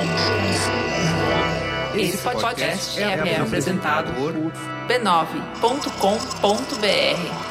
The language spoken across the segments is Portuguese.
Esse podcast é apresentado por b9.com.br.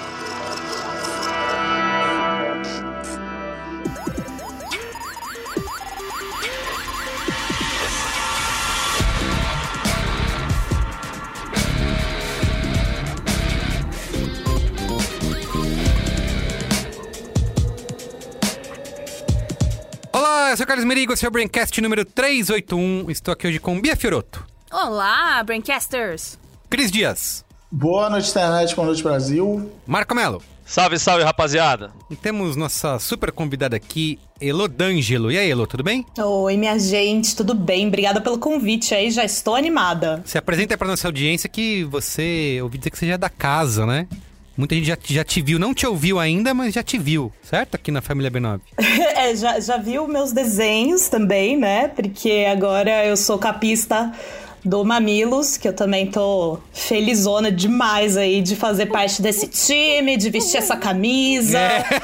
Olá, eu sou o Carlos Merigo, esse é o Braincast número 381. Estou aqui hoje com Bia Fiorotto. Olá, Braincasters. Cris Dias. Boa noite, internet, boa noite, Brasil. Marco Melo. Salve, salve, rapaziada. E temos nossa super convidada aqui, Elô D'Angelo. E aí, Elô, tudo bem? Oi, minha gente, tudo bem? Obrigada pelo convite aí, já estou animada. Se apresenta aí pra nossa audiência que você, ouvi dizer que você já é da casa, né? Muita gente já te viu, não te ouviu ainda, mas já te viu, certo? Aqui na família B9. Já viu meus desenhos também, né? Porque agora eu sou capista do Mamilos, que eu também tô felizona demais aí de fazer parte desse time, de vestir essa camisa.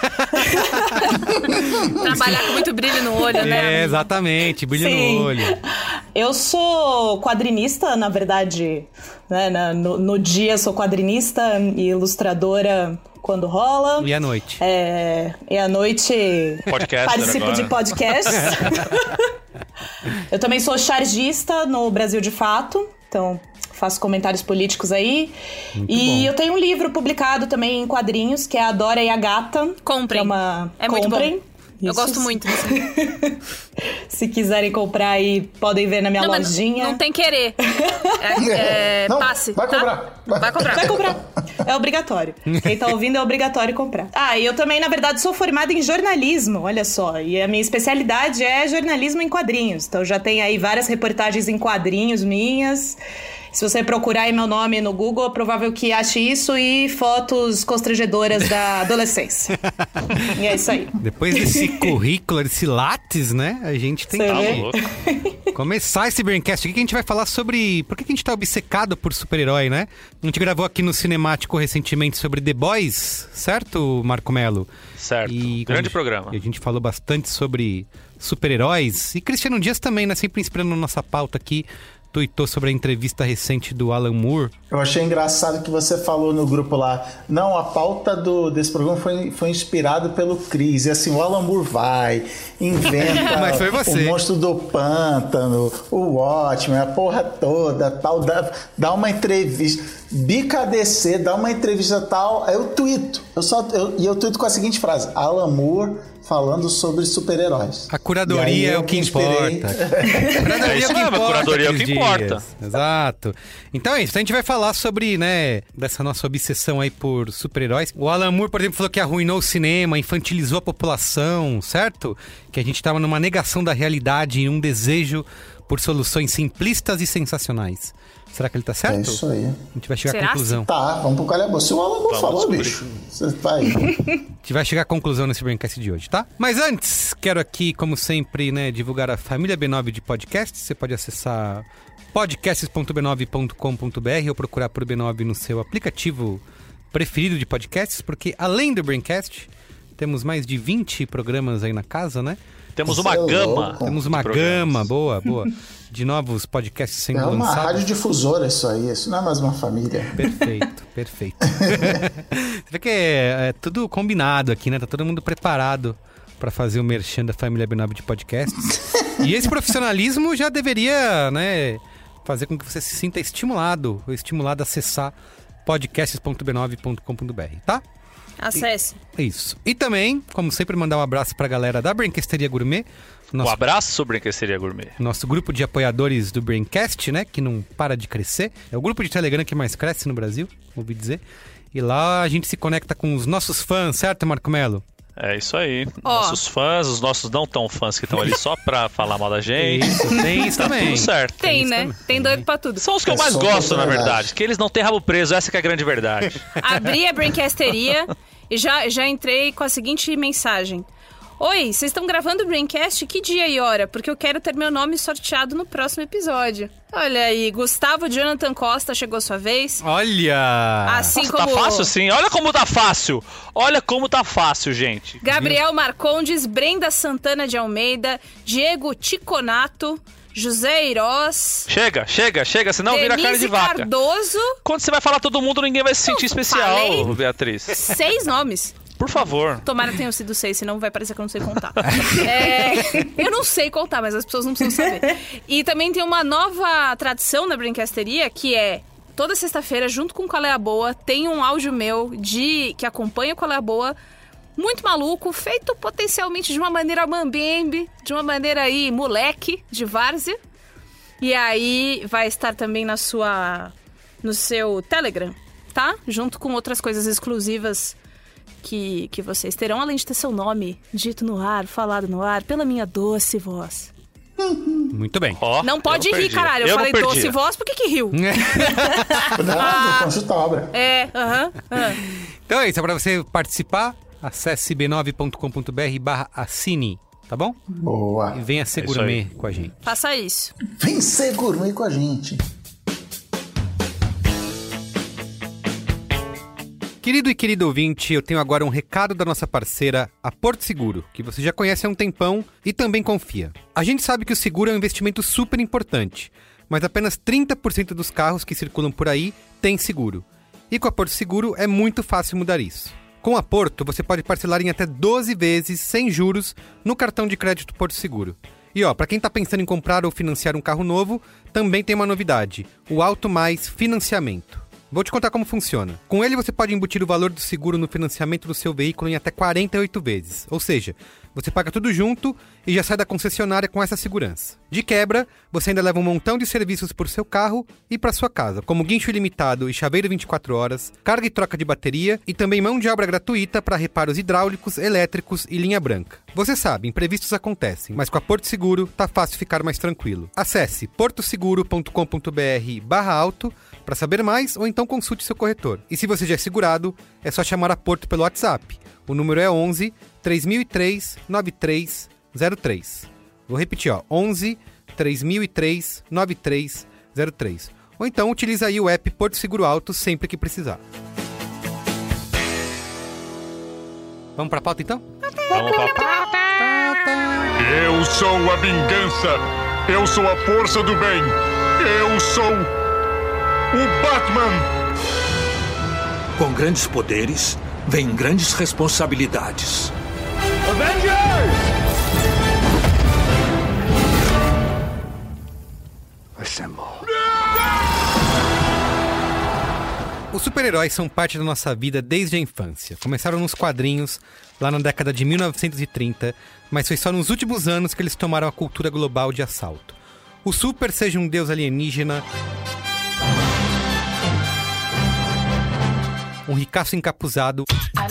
Trabalhar com muito brilho no olho, né? Exatamente, brilho no olho. Eu sou quadrinista, na verdade, né? No dia sou quadrinista e ilustradora quando rola. E à noite? E à noite participo agora. de podcasts. Eu também sou chargista no Brasil de Fato, então faço comentários políticos aí. Muito e bom. eu tenho um livro publicado também em quadrinhos, que é A Dora e a Gata. Comprem. Que é muito Comprem. bom. Eu gosto muito disso. Se quiserem comprar aí, podem ver na minha lojinha. Não tem querer. Não, passe. vai tá? comprar. Vai comprar. Vai comprar. É obrigatório. Quem tá ouvindo é obrigatório comprar. E eu também, na verdade, sou formada em jornalismo, olha só. E a minha especialidade é jornalismo em quadrinhos. Então já tem aí várias reportagens em quadrinhos minhas. Se você procurar aí meu nome no Google, é provável que ache isso e fotos constrangedoras da adolescência. E é isso aí. Depois desse currículo, desse látis, né? A gente tem que começar esse Braincast aqui, que a gente vai falar sobre por que a gente tá obcecado por super-herói, né? A gente gravou aqui no Cinemático recentemente sobre The Boys, certo, Marco Melo? Certo, grande programa. E a gente falou bastante sobre super-heróis. E Cristiano Dias também, né? Sempre inspirando nossa pauta aqui. Tuitou sobre a entrevista recente do Alan Moore. Eu achei engraçado que você falou no grupo lá. Não, a pauta desse programa foi inspirado pelo Chris. E assim, o Alan Moore vai, inventa Mas foi você. O Monstro do Pântano, o Watchmen, a porra toda, tal, dá uma entrevista. Bica DC, dá uma entrevista tal. Aí eu tuito. Eu tuito com a seguinte frase: Alan Moore falando sobre super-heróis. A curadoria é o que importa. Curadoria é o que importa. Exato. Então é isso. A gente vai falar sobre, né, dessa nossa obsessão aí por super-heróis. O Alan Moore, por exemplo, falou que arruinou o cinema, infantilizou a população, certo? Que a gente tava numa negação da realidade e um desejo por soluções simplistas e sensacionais. Será que ele tá certo? É isso aí. A gente vai chegar à conclusão. Tá, vamos pro calhamaço. Se o Alan Moore falou, bicho, você vai. A gente vai chegar à conclusão nesse Braincast de hoje, tá? Mas antes, quero aqui, como sempre, né, divulgar a família B9 de podcasts. Você pode acessar podcasts.b9.com.br ou procurar por B9 no seu aplicativo preferido de podcasts, porque além do Braincast, temos mais de 20 programas aí na casa, né? Temos uma gama. Temos uma gama, boa, de novos podcasts sendo lançados. É uma radiodifusora isso aí, isso não é mais uma família. Perfeito. Você vê que é tudo combinado aqui, né? Tá todo mundo preparado para fazer o merchan da família B9 de podcasts. E esse profissionalismo já deveria, né, fazer com que você se sinta estimulado a acessar podcasts.b9.com.br, tá? Acesse. Isso. E também, como sempre, mandar um abraço pra galera da Braincasteria Gourmet. Um abraço, Braincasteria Gourmet. Nosso grupo de apoiadores do Braincast, né? Que não para de crescer. É o grupo de Telegram que mais cresce no Brasil, ouvi dizer. E lá a gente se conecta com os nossos fãs, certo, Marco Melo? É isso aí. Nossos fãs, os nossos não tão fãs que estão ali só pra falar mal da gente. Isso, tem isso também. Tudo certo. Tem, né? Também. Tem doido pra tudo. São os que eu mais gosto, na verdade. Que eles não têm rabo preso, essa que é a grande verdade. Abri a Braincasteria e já entrei com a seguinte mensagem. Oi, vocês estão gravando o Braincast? Que dia e hora? Porque eu quero ter meu nome sorteado no próximo episódio. Olha aí, Gustavo Jonathan Costa, chegou a sua vez. Olha! Assim Nossa, como... tá fácil sim. Olha como tá fácil. Olha como tá fácil, gente. Gabriel Marcondes, Brenda Santana de Almeida, Diego Ticonato, José Eiroz. Chega, senão vira carne de vaca. Cardoso. Quando você vai falar todo mundo, ninguém vai se sentir especial, falei. Beatriz. 6 nomes. Por favor. Tomara que tenham sido 6, senão vai parecer que eu não sei contar. Eu não sei contar, mas as pessoas não precisam saber. E também tem uma nova tradição na Brincasteria, que é... Toda sexta-feira, junto com o Qual é a Boa, tem um áudio meu que acompanha o Qual é a Boa, muito maluco, feito potencialmente de uma maneira mambembe, de uma maneira aí moleque, de várzea. E aí vai estar também no seu Telegram, tá? Junto com outras coisas exclusivas que vocês terão, além de ter seu nome dito no ar, falado no ar, pela minha doce voz. Muito bem. Não pode rir, caralho. Eu falei doce voz, por que riu? Não, consulta a obra. Então é isso, para você participar, acesse b9.com.br/assine, tá bom? Boa. E venha ser gourmet com a gente. Faça isso. Vem ser gourmet com a gente. Querido e querido ouvinte, eu tenho agora um recado da nossa parceira, a Porto Seguro, que você já conhece há um tempão e também confia. A gente sabe que o seguro é um investimento super importante, mas apenas 30% dos carros que circulam por aí têm seguro. E com a Porto Seguro é muito fácil mudar isso. Com a Porto, você pode parcelar em até 12 vezes, sem juros, no cartão de crédito Porto Seguro. E para quem tá pensando em comprar ou financiar um carro novo, também tem uma novidade, o Auto Mais Financiamento. Vou te contar como funciona. Com ele, você pode embutir o valor do seguro no financiamento do seu veículo em até 48 vezes. Ou seja, você paga tudo junto e já sai da concessionária com essa segurança. De quebra, você ainda leva um montão de serviços por seu carro e para sua casa, como guincho ilimitado e chaveiro 24 horas, carga e troca de bateria e também mão de obra gratuita para reparos hidráulicos, elétricos e linha branca. Você sabe, imprevistos acontecem, mas com a Porto Seguro tá fácil ficar mais tranquilo. Acesse portoseguro.com.br/auto para saber mais ou então consulte seu corretor. E se você já é segurado, é só chamar a Porto pelo WhatsApp. O número é 11 3003 9303. Vou repetir, 11 3003 9303. Ou então utiliza aí o app Porto Seguro Auto sempre que precisar. Vamos pra pauta então? Vamos pra pauta. Eu sou a vingança. Eu sou a força do bem. Eu sou o Batman. Com grandes poderes, vem grandes responsabilidades. Avengers! Assemble. Os super-heróis são parte da nossa vida desde a infância. Começaram nos quadrinhos, lá na década de 1930, mas foi só nos últimos anos que eles tomaram a cultura global de assalto. O super, seja um deus alienígena, um ricaço encapuzado,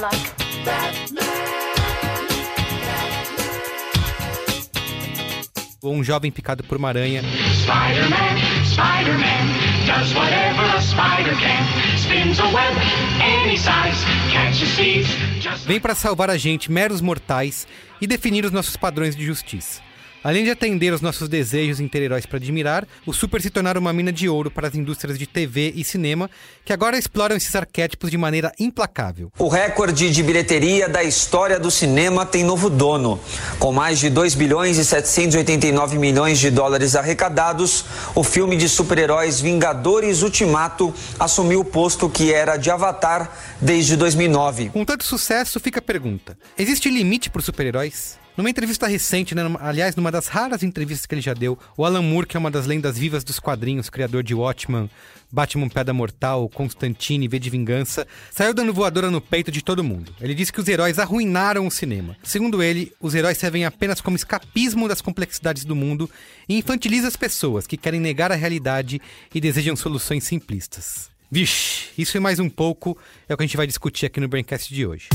ou um jovem picado por uma aranha, Spider-Man does whatever a spider can. Spins a web any size, catches thieves. vem para salvar a gente, meros mortais, e definir os nossos padrões de justiça. Além de atender aos nossos desejos em ter heróis para admirar, o Super se tornaram uma mina de ouro para as indústrias de TV e cinema, que agora exploram esses arquétipos de maneira implacável. O recorde de bilheteria da história do cinema tem novo dono. Com mais de 2 bilhões e 789 milhões de dólares arrecadados, o filme de super-heróis Vingadores Ultimato assumiu o posto que era de Avatar desde 2009. Com tanto sucesso, fica a pergunta: existe limite para os super-heróis? Numa entrevista recente, aliás, numa das raras entrevistas que ele já deu, o Alan Moore, que é uma das lendas vivas dos quadrinhos, criador de Watchmen, Batman Pedra Mortal, Constantine, V de Vingança, saiu dando voadora no peito de todo mundo. Ele disse que os heróis arruinaram o cinema. Segundo ele, os heróis servem apenas como escapismo das complexidades do mundo e infantiliza as pessoas que querem negar a realidade e desejam soluções simplistas. Vixe, isso e mais um pouco é o que a gente vai discutir aqui no Braincast de hoje.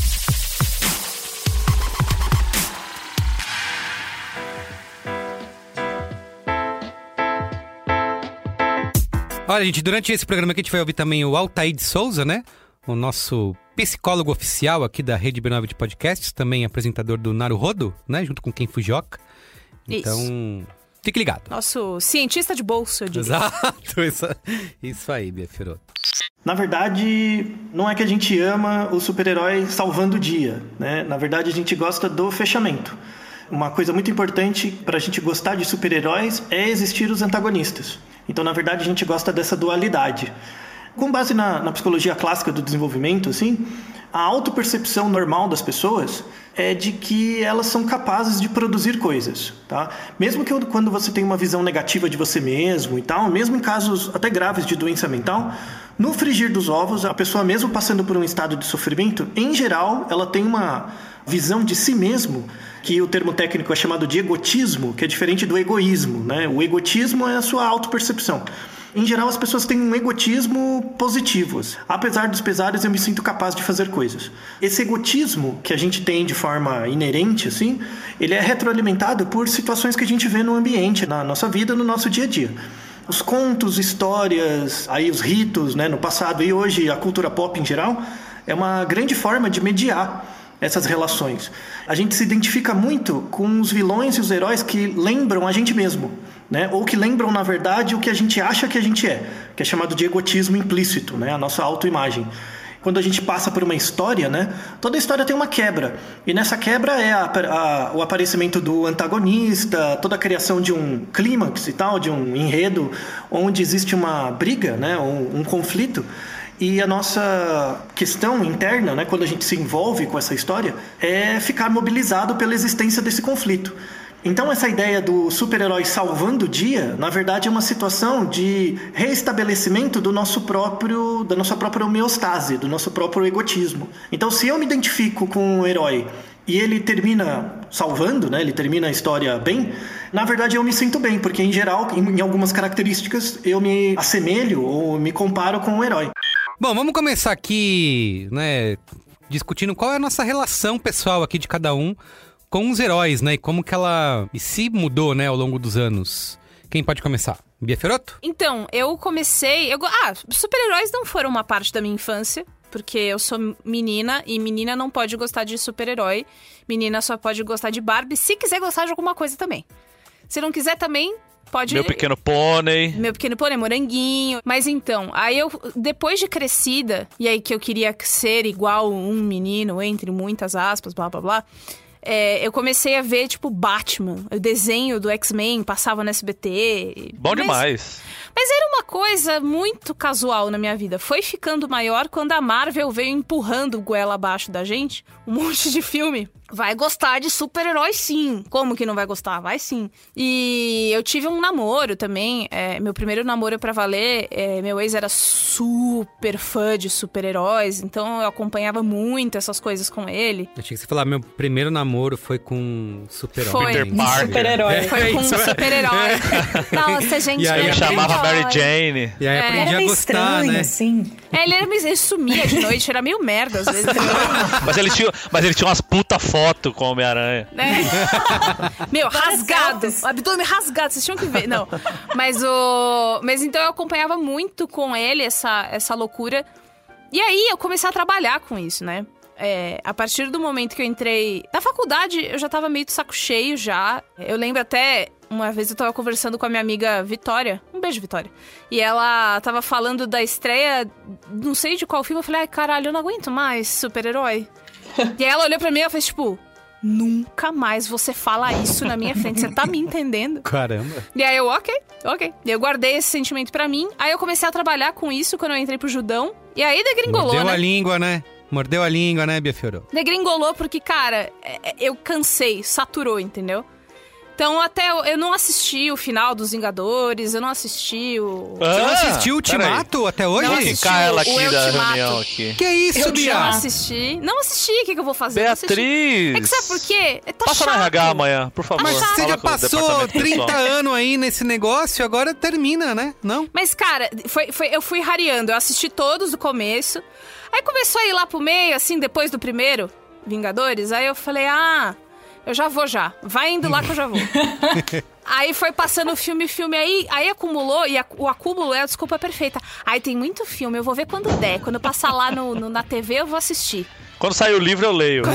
Olha, gente, durante esse programa aqui a gente vai ouvir também o Altair de Souza, né? O nosso psicólogo oficial aqui da Rede B9 de Podcasts, também apresentador do Naruhodo, né? Junto com Ken Fujioka. Então, fique ligado. Nosso cientista de bolso, eu diria. Exato, isso aí, Bia Firoto. Na verdade, não é que a gente ama o super-herói salvando o dia, né? Na verdade, a gente gosta do fechamento. uma coisa muito importante para a gente gostar de super-heróis é existir os antagonistas. Então, na verdade, a gente gosta dessa dualidade. Com base na psicologia clássica do desenvolvimento, assim, a autopercepção normal das pessoas é de que elas são capazes de produzir coisas, tá? Mesmo que quando você tem uma visão negativa de você mesmo e tal, mesmo em casos até graves de doença mental, no frigir dos ovos, a pessoa mesmo passando por um estado de sofrimento, em geral, ela tem uma visão de si mesmo, que o termo técnico é chamado de egotismo, que é diferente do egoísmo, né? O egotismo é a sua autopercepção. Em geral, as pessoas têm um egotismo positivo. Apesar dos pesares, eu me sinto capaz de fazer coisas. Esse egotismo que a gente tem de forma inerente, assim, ele é retroalimentado por situações que a gente vê no ambiente, na nossa vida, no nosso dia a dia. Os contos, histórias, aí os ritos, né, no passado e hoje a cultura pop em geral, é uma grande forma de mediar essas relações. A gente se identifica muito com os vilões e os heróis que lembram a gente mesmo, né? Ou que lembram, na verdade, o que a gente acha que a gente é, que é chamado de egotismo implícito, né? A nossa autoimagem. Quando a gente passa por uma história, né? Toda história tem uma quebra. E nessa quebra é o aparecimento do antagonista, toda a criação de um clímax e tal, de um enredo, onde existe uma briga, né? Um conflito. E a nossa questão interna, né, quando a gente se envolve com essa história, é ficar mobilizado pela existência desse conflito. Então essa ideia do super-herói salvando o dia, na verdade é uma situação de reestabelecimento da nossa própria homeostase, do nosso próprio egotismo. Então se eu me identifico com um herói e ele termina salvando, né, ele termina a história bem, na verdade eu me sinto bem, porque em geral, em algumas características, eu me assemelho ou me comparo com um herói. Bom, vamos começar aqui, né, discutindo qual é a nossa relação pessoal aqui de cada um com os heróis, né, e como que ela se mudou, né, ao longo dos anos. Quem pode começar? Bia Fiorotto? Então, eu comecei... super-heróis não foram uma parte da minha infância, porque eu sou menina, e menina não pode gostar de super-herói. Menina só pode gostar de Barbie, se quiser gostar de alguma coisa também. Se não quiser também... Pode... Meu Pequeno Pônei, Moranguinho. Mas então, aí eu, depois de crescida, e aí que eu queria ser igual um menino, entre muitas aspas, blá, blá, blá, eu comecei a ver, tipo, Batman. O desenho do X-Men passava no SBT. Bom demais. Mas era uma coisa muito casual na minha vida. Foi ficando maior quando a Marvel veio empurrando goela abaixo da gente. Um monte de filme. Vai gostar de super-herói, sim. Como que não vai gostar? Vai sim. E eu tive um namoro também. Meu primeiro namoro pra valer. Meu ex era super fã de super-heróis. Então eu acompanhava muito essas coisas com ele. Eu tinha que falar, meu primeiro namoro foi com super-herói. Foi com super-herói. Foi com super-herói. Nossa, gente. E aí eu chamava Mary Jane. E aí aprendi a gostar, estranho, né? Assim. Ele sumia de noite, era meio merda às vezes. Mas ele tinha umas puta foto com o Homem-Aranha. Meu, rasgado. O abdômen rasgado, vocês tinham que ver. Não. Mas então eu acompanhava muito com ele essa loucura. E aí eu comecei a trabalhar com isso, né? A partir do momento que eu entrei na faculdade, eu já tava meio de saco cheio já. Eu lembro até... Uma vez eu tava conversando com a minha amiga Vitória. Um beijo, Vitória. E ela tava falando da estreia, não sei de qual filme. Eu falei, ai, caralho, eu não aguento mais super-herói. E aí ela olhou pra mim e fez tipo... Nunca mais você fala isso na minha frente. Você tá me entendendo? Caramba. E aí eu, ok. E eu guardei esse sentimento pra mim. Aí eu comecei a trabalhar com isso quando eu entrei pro Judão. E aí degringolou, Mordeu né? Mordeu a língua, né, Bia Fiorotto? Degringolou porque, cara, eu cansei, saturou, entendeu? Então, até eu não assisti o final dos Vingadores, eu não assisti o... Você não assistiu o Ultimato até hoje? Não Vou ficar ela aqui da reunião aqui. Que isso, Bia? Não assisti, o que eu vou fazer? Beatriz! É que sabe por quê? Tá passa chato. no RH amanhã, por favor. Mas você já passou 30 anos anos aí nesse negócio, agora termina, né? Não? Mas, cara, eu fui rareando, eu assisti todos do começo. Aí começou a ir lá pro meio, assim, depois do primeiro Vingadores, aí eu falei, eu já vou já. Vai indo lá que eu já vou. Aí foi passando o filme, aí acumulou, e o acúmulo é a desculpa perfeita. Aí tem muito filme, eu vou ver quando der. Quando eu passar lá na TV, eu vou assistir. Quando sair o livro, eu leio.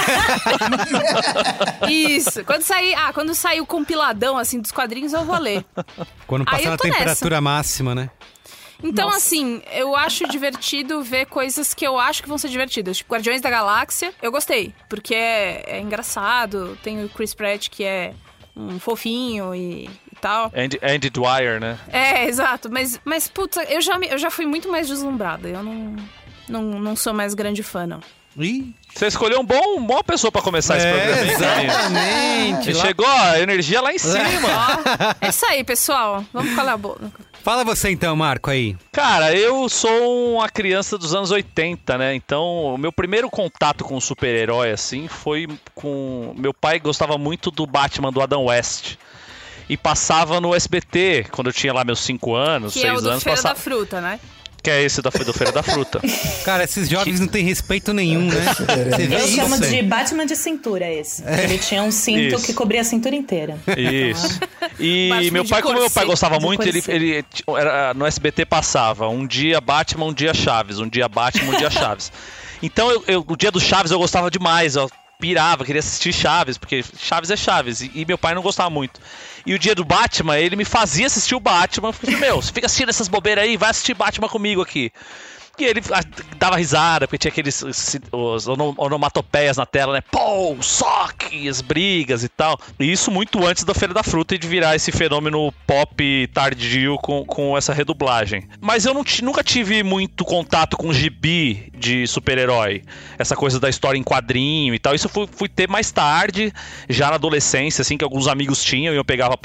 Isso. Quando sair o compiladão, assim, dos quadrinhos, eu vou ler. Quando passar na temperatura máxima, né? Então, assim, eu acho divertido ver coisas que eu acho que vão ser divertidas. Tipo, Guardiões da Galáxia, eu gostei. Porque é engraçado. Tem o Chris Pratt, que é um fofinho e tal. Andy Dwyer, né? Exato. Mas puta, eu já fui muito mais deslumbrada. Eu não sou mais grande fã, não. Você escolheu uma boa pessoa pra começar esse programa. Exatamente. Chegou a energia lá em cima. É isso aí, pessoal. Vamos calar a boca. Fala você então, Marco, aí. Cara, eu sou uma criança dos anos 80, né? Então, o meu primeiro contato com um super-herói, assim, foi com... Meu pai gostava muito do Batman do Adam West. E passava no SBT, quando eu tinha lá meus 5 anos, 6 anos. Que é o do Feira da Fruta, né? Que é esse do Feira da Fruta. Cara, esses jovens não têm respeito nenhum, né? Eu chamo de Batman de cintura esse. Ele tinha um cinto que cobria a cintura inteira. Isso. E meu pai, como meu pai gostava muito, ele no SBT passava um dia Batman, um dia Chaves. Um dia Batman, um dia Chaves. Então, o dia do Chaves eu gostava demais. Eu pirava, queria assistir Chaves, porque Chaves é Chaves. E meu pai não gostava muito. E o dia do Batman, ele me fazia assistir o Batman. Eu falei, você fica assistindo essas bobeiras aí, vai assistir Batman comigo aqui. E ele dava risada, porque tinha aqueles onomatopeias na tela, né? Pô, soque, as brigas e tal. E isso muito antes da Feira da Fruta e de virar esse fenômeno pop tardio com essa redublagem. Mas eu nunca tive muito contato com gibi de super-herói. Essa coisa da história em quadrinho e tal. Isso eu fui ter mais tarde, já na adolescência, assim, que alguns amigos tinham e eu pegava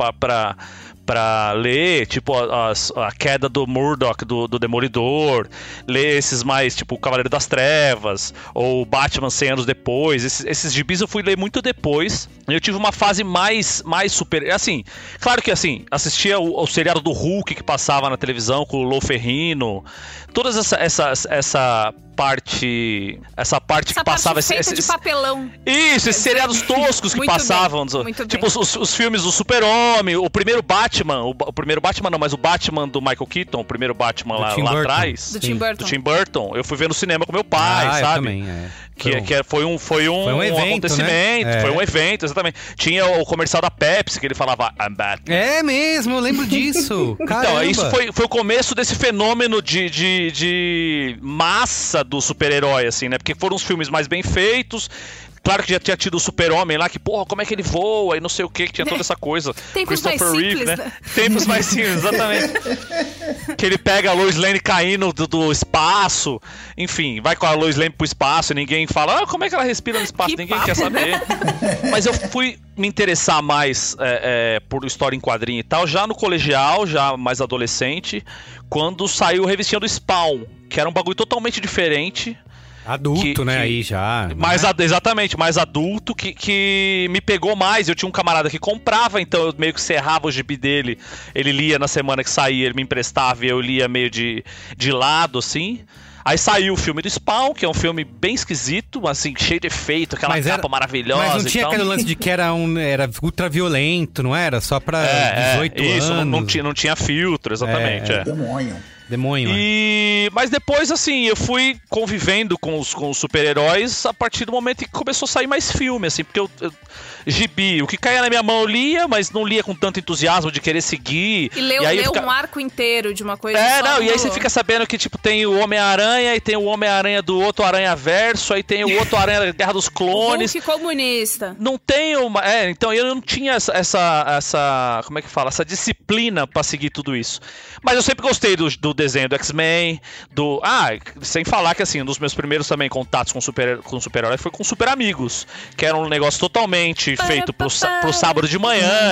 pra ler, tipo, a queda do Murdoch, do Demolidor, ler esses mais, tipo, o Cavaleiro das Trevas, ou Batman 100 anos depois. Esses gibis eu fui ler muito depois. Eu tive uma fase mais super... Assim, claro que, assim, assistia o seriado do Hulk que passava na televisão com o Lou Ferrino. Todas essa parte que passava de papelão. Isso, esses seriados toscos que passavam. Tipo, os filmes do Super-Homem, o primeiro Batman, o primeiro Batman não, mas o Batman do Michael Keaton, o primeiro Batman lá atrás. Do Tim Burton. Eu fui ver no cinema com meu pai, sabe? Eu também, Foi um evento, acontecimento, né? Foi um evento, exatamente. Tinha o comercial da Pepsi que ele falava I'm Batman. É mesmo, eu lembro disso. Então, isso foi o começo desse fenômeno de massa do super-herói, assim, né? Porque foram os filmes mais bem feitos. Claro que já tinha tido o Super-Homem lá, que, porra, como é que ele voa e não sei o que tinha toda essa coisa. Tempos Christopher mais Reeve, simples, né? Tempos mais simples, exatamente. Que ele pega a Lois Lane caindo do espaço, enfim, vai com a Lois Lane pro espaço e ninguém fala, como é que ela respira no espaço, ninguém quer saber. Mas eu fui me interessar mais por história em quadrinho e tal, já no colegial, já mais adolescente, quando saiu a revistinha do Spawn, que era um bagulho totalmente diferente. Adulto, né? Aí já. Exatamente, mais adulto, que me pegou mais. Eu tinha um camarada que comprava, então eu meio que cerrava o gibi dele. Ele lia na semana que saía, ele me emprestava e eu lia meio de lado, assim. Aí saiu o filme do Spawn, que é um filme bem esquisito, assim, cheio de efeito, aquela capa maravilhosa. Mas não tinha aquele lance de que era ultra violento, não era? Só pra 18 anos. Isso, não tinha filtro, exatamente. Demônio. Mas depois, assim, eu fui convivendo com os super-heróis a partir do momento que começou a sair mais filme, assim, porque gibi, o que caía na minha mão eu lia, mas não lia com tanto entusiasmo de querer seguir. E leu um arco inteiro de uma coisa só. E aí você fica sabendo que, tipo, tem o Homem-Aranha e tem o Homem-Aranha do outro Aranha-Verso, aí tem o outro Aranha da Guerra dos Clones. Hulk comunista. Não tem uma... então eu não tinha essa como é que fala? Essa disciplina pra seguir tudo isso. Mas eu sempre gostei do desenho do X-Men, sem falar que, assim, um dos meus primeiros também contatos com super-herói foi com Super Amigos, que era um negócio totalmente feito pro sábado de manhã.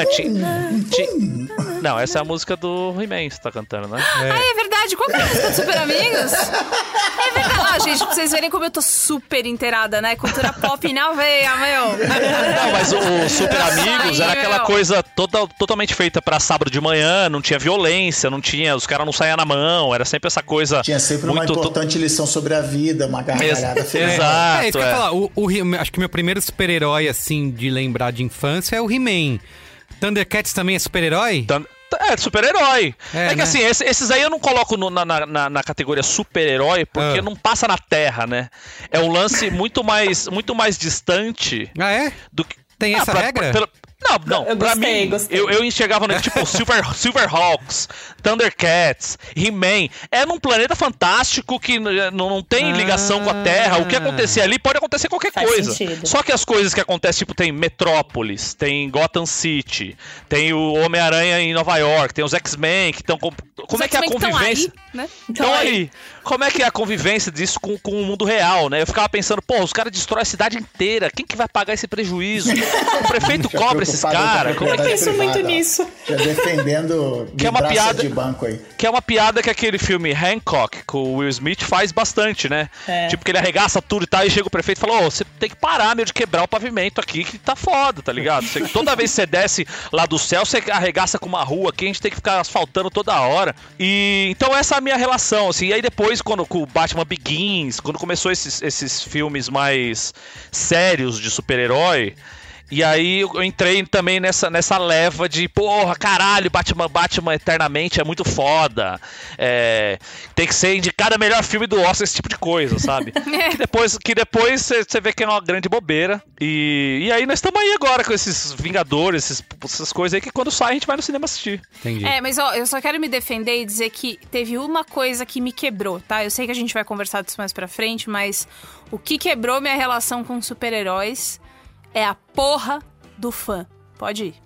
Não, essa é a música do He-Man que você tá cantando, né? É verdade. Qual que é a música do Super Amigos? É verdade. Gente, pra vocês verem como eu tô super inteirada, né? Cultura pop na veia, meu. Não, mas o Super Amigos era aquela coisa totalmente feita pra sábado de manhã, não tinha violência, não tinha, os caras não saíam na mão, era sempre essa coisa. Tinha sempre uma importante lição sobre a vida, uma gargalhada feliz. Exato. Isso que eu ia falar. Acho que meu primeiro super-herói, assim, de lembrar de infância é o He-Man. Thundercats também é super-herói? Super-herói. Que né? assim, esses aí eu não coloco na categoria super-herói porque não passa na Terra, né? É um lance muito mais distante. Ah, é? Do que... Tem essa regra? Não, pra mim, eu enxergava tipo Silverhawks, Thundercats, He-Man. É num planeta fantástico que não tem ligação com a Terra. O que acontecer ali pode acontecer qualquer coisa. Sentido. Só que as coisas que acontecem, tipo, tem Metrópolis, tem Gotham City, tem o Homem-Aranha em Nova York, tem os X-Men que estão... Como é que é a convivência? Então aí, como é que é a convivência disso com o mundo real, né? Eu ficava pensando, os caras destroem a cidade inteira. Quem que vai pagar esse prejuízo? O prefeito cobra esses caras. Eu penso muito nisso. Já defendendo que é uma piada de banco aí. Que é uma piada que aquele filme Hancock, com o Will Smith, faz bastante, né? Tipo, que ele arregaça tudo e tal, e chega o prefeito e fala, você tem que parar, de quebrar o pavimento aqui, que tá foda, tá ligado? Toda vez que você desce lá do céu, você arregaça com uma rua aqui, a gente tem que ficar asfaltando toda hora. E então essa é a minha relação, assim. E aí depois, com o Batman Begins, quando começou esses filmes mais sérios de super-herói, e aí eu entrei também nessa leva de, caralho, Batman eternamente é muito foda. Tem que ser indicado a melhor filme do Oscar, esse tipo de coisa, sabe? que depois você vê que é uma grande bobeira. E aí nós estamos aí agora com esses Vingadores, essas coisas aí que quando sai a gente vai no cinema assistir. Entendi. Mas eu só quero me defender e dizer que teve uma coisa que me quebrou, tá? Eu sei que a gente vai conversar disso mais pra frente, mas o que quebrou minha relação com super-heróis é a porra do fã. Pode ir.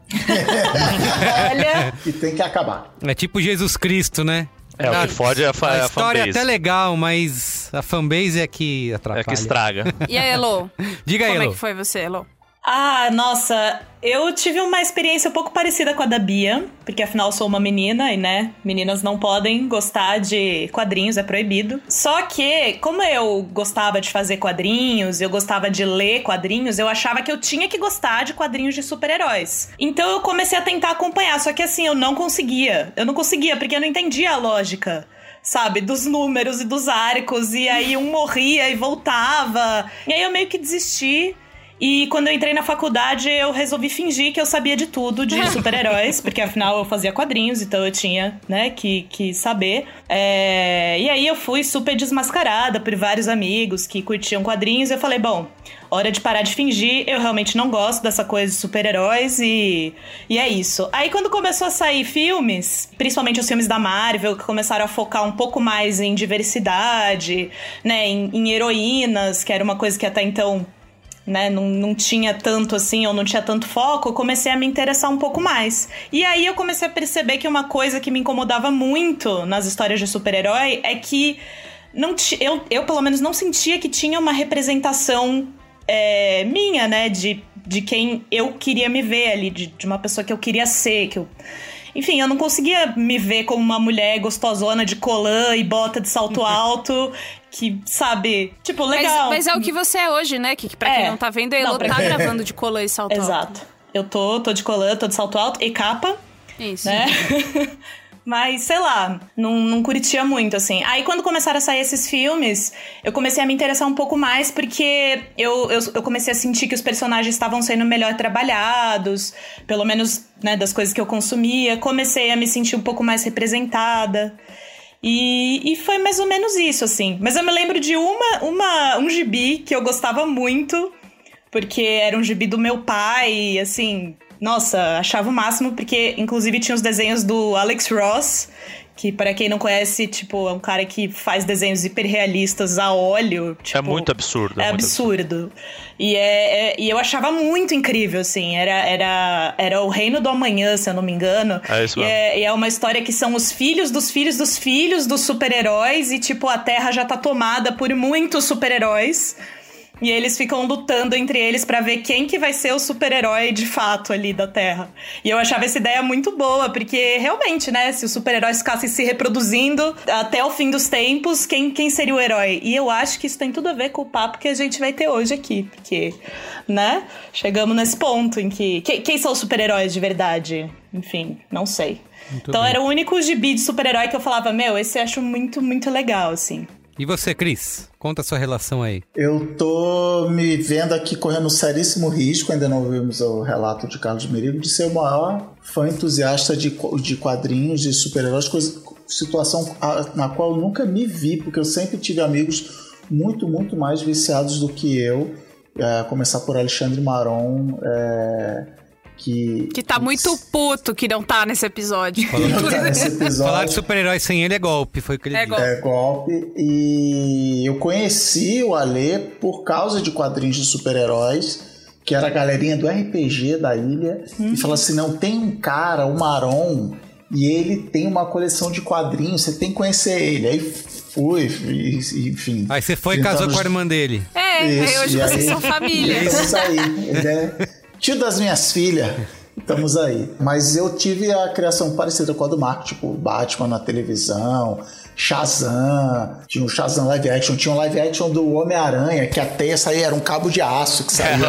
Olha. E tem que acabar. É tipo Jesus Cristo, né? O que fode é a fanbase. A história é até legal, mas a fanbase é que atrapalha. É que estraga. E aí, Elô? Diga aí, Elô. Como é que foi você, Elô? Nossa, eu tive uma experiência um pouco parecida com a da Bia, porque afinal eu sou uma menina e, né, meninas não podem gostar de quadrinhos, é proibido. Só que, como eu gostava de fazer quadrinhos, eu gostava de ler quadrinhos, eu achava que eu tinha que gostar de quadrinhos de super-heróis. Então eu comecei a tentar acompanhar, só que assim, eu não conseguia, porque eu não entendia a lógica, sabe, dos números e dos arcos, e aí um morria e voltava, e aí eu meio que desisti. E quando eu entrei na faculdade, eu resolvi fingir que eu sabia de tudo de super-heróis, porque afinal eu fazia quadrinhos, então eu tinha, né, que saber. E aí eu fui super desmascarada por vários amigos que curtiam quadrinhos, e eu falei, bom, hora de parar de fingir, eu realmente não gosto dessa coisa de super-heróis, e é isso. Aí quando começou a sair filmes, principalmente os filmes da Marvel, que começaram a focar um pouco mais em diversidade, né, em heroínas, que era uma coisa que até então, né, não tinha tanto assim, ou não tinha tanto foco, eu comecei a me interessar um pouco mais. E aí eu comecei a perceber que uma coisa que me incomodava muito nas histórias de super-herói é que eu pelo menos não sentia que tinha uma representação minha, né, de quem eu queria me ver ali, de uma pessoa que eu queria ser, enfim, eu não conseguia me ver como uma mulher gostosona de colã e bota de salto alto, que, sabe, tipo, legal. Mas é o que você é hoje, né? Que pra quem não tá vendo, a Elô tá gravando de colã e salto alto. Exato. Eu tô de colã, tô de salto alto e capa. Isso. Né? Mas, sei lá, não curtia muito, assim. Aí, quando começaram a sair esses filmes, eu comecei a me interessar um pouco mais, porque eu comecei a sentir que os personagens estavam sendo melhor trabalhados, pelo menos, né, das coisas que eu consumia. Comecei a me sentir um pouco mais representada. E foi mais ou menos isso, assim. Mas eu me lembro de um gibi que eu gostava muito, porque era um gibi do meu pai, assim... Nossa, achava o máximo, porque inclusive tinha os desenhos do Alex Ross, que pra quem não conhece, tipo, é um cara que faz desenhos hiperrealistas a óleo. Tipo, é muito absurdo. É muito absurdo. E eu achava muito incrível, assim. Era o Reino do Amanhã, se eu não me engano. É isso mesmo. E é uma história que são os filhos dos filhos dos filhos dos super-heróis, e tipo, a Terra já tá tomada por muitos super-heróis. E eles ficam lutando entre eles pra ver quem que vai ser o super-herói de fato ali da Terra. E eu achava essa ideia muito boa, porque realmente, né, se os super-heróis ficassem se reproduzindo até o fim dos tempos, quem seria o herói? E eu acho que isso tem tudo a ver com o papo que a gente vai ter hoje aqui, porque, né, chegamos nesse ponto em que... Quem são os super-heróis de verdade? Enfim, não sei. Muito então bem. Era o único gibi de super-herói que eu falava, esse eu acho muito, muito legal, assim. E você, Cris? Conta a sua relação aí. Eu tô me vendo aqui correndo um seríssimo risco, ainda não ouvimos o relato de Carlos Merigo, de ser o maior fã entusiasta de quadrinhos, de super-heróis, situação na qual eu nunca me vi, porque eu sempre tive amigos muito, muito mais viciados do que eu, começar por Alexandre Maron, Que tá muito puto que não tá nesse episódio. Falar de super-heróis sem ele é golpe, foi o que ele disse. É golpe. E eu conheci o Alê por causa de quadrinhos de super-heróis, que era a galerinha do RPG da ilha. E falou assim, não, tem um cara, o Maron, e ele tem uma coleção de quadrinhos, você tem que conhecer ele. Aí fui, enfim. Aí você foi e casou com a irmã dele. Hoje vocês são família. Estamos aí. Ele é tio das minhas filhas. Estamos aí. Mas eu tive a criação parecida com a do Marco, tipo Batman na televisão, Shazam, tinha o Shazam live action, tinha um live action do Homem-Aranha, que a teia saía, era um cabo de aço que saía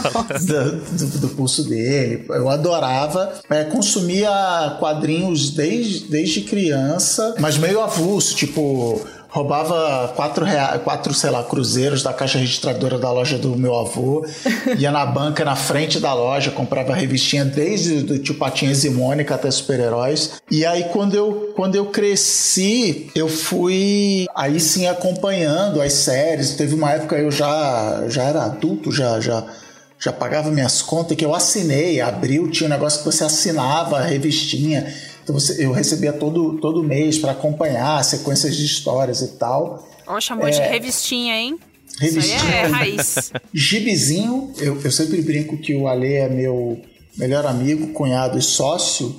do pulso dele. Eu adorava, consumia quadrinhos desde criança, mas meio avulso, tipo... Roubava 4 cruzeiros da caixa registradora da loja do meu avô, ia na banca na frente da loja, comprava revistinha desde do Tio Patinhas e Mônica até super-heróis. E aí quando eu cresci, eu fui aí sim acompanhando as séries. Teve uma época eu já era adulto, já pagava minhas contas, que eu assinei, Abril tinha um negócio que você assinava a revistinha. Então eu recebia todo mês para acompanhar sequências de histórias e tal. Ó, chamou de revistinha, hein? Revistinha. Isso aí é raiz. Gibizinho, eu sempre brinco que o Alê é meu melhor amigo, cunhado e sócio,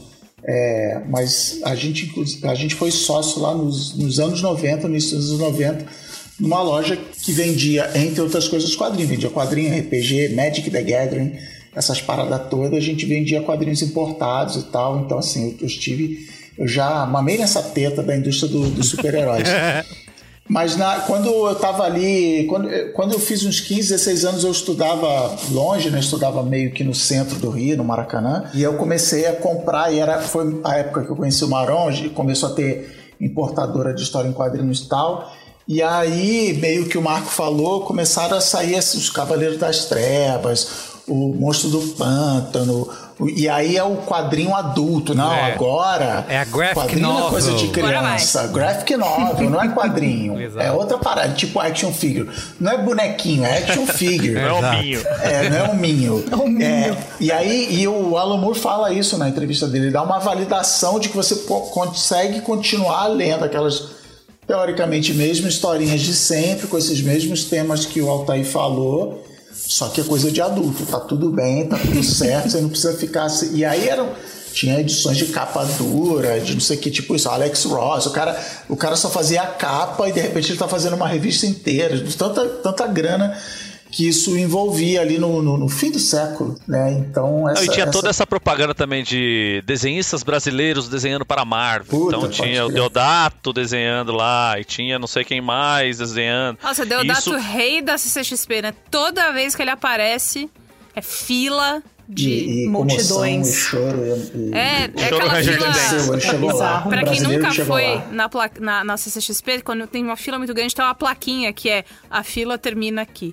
mas a gente foi sócio lá nos anos 90, no início dos anos 90, numa loja que vendia, entre outras coisas, quadrinhos. Vendia quadrinho, RPG, Magic the Gathering, essas paradas todas, a gente vendia quadrinhos importados e tal. Então, assim, eu já mamei nessa teta da indústria dos super-heróis. Mas quando eu tava ali, quando eu fiz uns 15, 16 anos, eu estudava longe, né? Estudava meio que no centro do Rio, no Maracanã. E eu comecei a comprar, foi a época que eu conheci o Maron, começou a ter importadora de história em quadrinhos e tal. E aí, meio que o Marco falou, começaram a sair os Cavaleiros das Trevas, o Monstro do Pântano, e aí é o quadrinho adulto. Não, agora... É a graphic novel. novel. É coisa de criança. Graphic novel, não é quadrinho. É outra parada, tipo action figure. Não é bonequinho, é action figure. Não é um minho. Não é um minho. É um minho. E aí, o Alan Moore fala isso na entrevista dele, ele dá uma validação de que você consegue continuar lendo aquelas... teoricamente, mesmas historinhas de sempre, com esses mesmos temas que o Altair falou, só que é coisa de adulto, tá tudo bem, tá tudo certo, você não precisa ficar assim. E aí tinha edições de capa dura, de não sei o que, tipo isso, Alex Ross, o cara só fazia a capa e de repente ele tá fazendo uma revista inteira, de tanta grana que isso envolvia ali no fim do século, né? Então e tinha toda essa propaganda também de desenhistas brasileiros desenhando para a Marvel. Então tinha o Deodato desenhando lá, e tinha não sei quem mais desenhando. Nossa, Deodato, rei da CCXP, né? Toda vez que ele aparece, é fila de multidões. Choro aquela fila. Pra quem nunca foi na CCXP, quando tem uma fila muito grande, tem uma plaquinha que é: a fila termina aqui.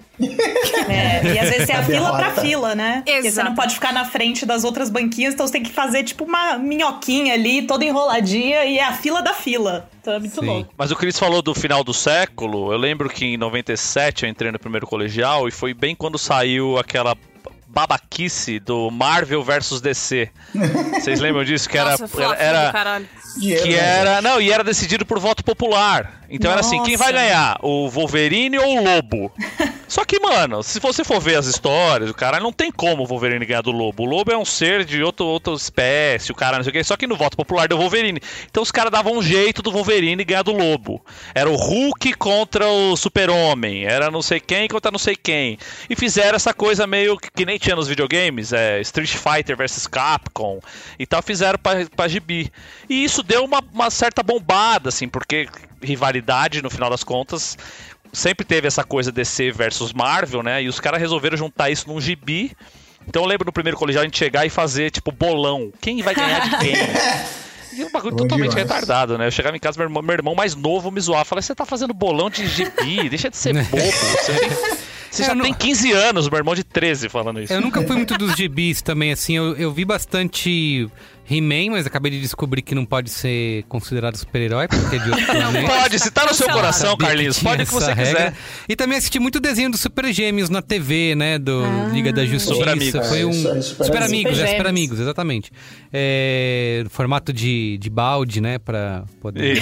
E às vezes é a fila pra fila, né? Exato. Porque você não pode ficar na frente das outras banquinhas, então você tem que fazer tipo uma minhoquinha ali, toda enroladinha, e é a fila da fila. Então é muito louco. Mas o Chris falou do final do século. Eu lembro que em 97 eu entrei no primeiro colegial e foi bem quando saiu aquela babaquice do Marvel versus DC. Vocês lembram disso? Que Nossa, e era decidido por voto popular. Então era assim, quem vai ganhar? O Wolverine ou o Lobo? Só que, mano, se você for ver as histórias, o cara não tem como o Wolverine ganhar do Lobo. O Lobo é um ser de outra espécie, o cara não sei o que. Só que no voto popular deu Wolverine. Então os caras davam um jeito do Wolverine ganhar do Lobo. Era o Hulk contra o Super-Homem. Era não sei quem contra não sei quem. E fizeram essa coisa meio que nem tinha nos videogames. Street Fighter vs Capcom. E tal, fizeram pra gibi. E isso deu uma certa bombada, assim, porque rivalidade, no final das contas, sempre teve essa coisa DC versus Marvel, né? E os caras resolveram juntar isso num gibi. Então eu lembro no primeiro colegial a gente chegar e fazer, tipo, bolão. Quem vai ganhar de quem? E um bagulho totalmente retardado, né? Eu chegava em casa, meu irmão mais novo me zoava. Falei, você tá fazendo bolão de gibi? Deixa de ser bobo. Você já tem 15 anos, meu irmão de 13 falando isso. Eu nunca fui muito dos gibis também, assim. Eu vi bastante He-Man, mas acabei de descobrir que não pode ser considerado super-herói, porque é de outro planeta. Pode, se tá no seu coração, Carlinhos, pode o que você quiser. E também assisti muito desenho dos Super Gêmeos na TV, né, do Liga da Justiça. Super Amigos. Foi Super Amigos, exatamente. Formato de balde, né, pra poder...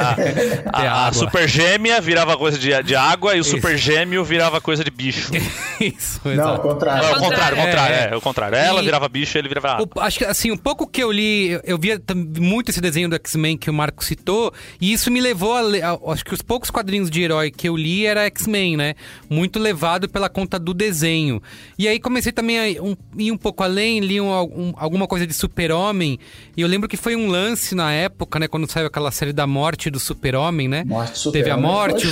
A Super Gêmea virava coisa de água e o Super Gêmeo virava coisa de bicho. Isso, Não, exato. ao contrário. É o contrário. Ela virava bicho e ele virava água. Acho que, assim, um pouco que eu li, eu via muito esse desenho do X-Men que o Marco citou, e isso me levou a ler, acho que os poucos quadrinhos de herói que eu li era X-Men, né? Muito levado pela conta do desenho. E aí comecei também a ir um pouco além, li alguma coisa de Super-Homem, e eu lembro que foi um lance na época, né? Quando saiu aquela série da morte do Super-Homem, né? Teve a morte,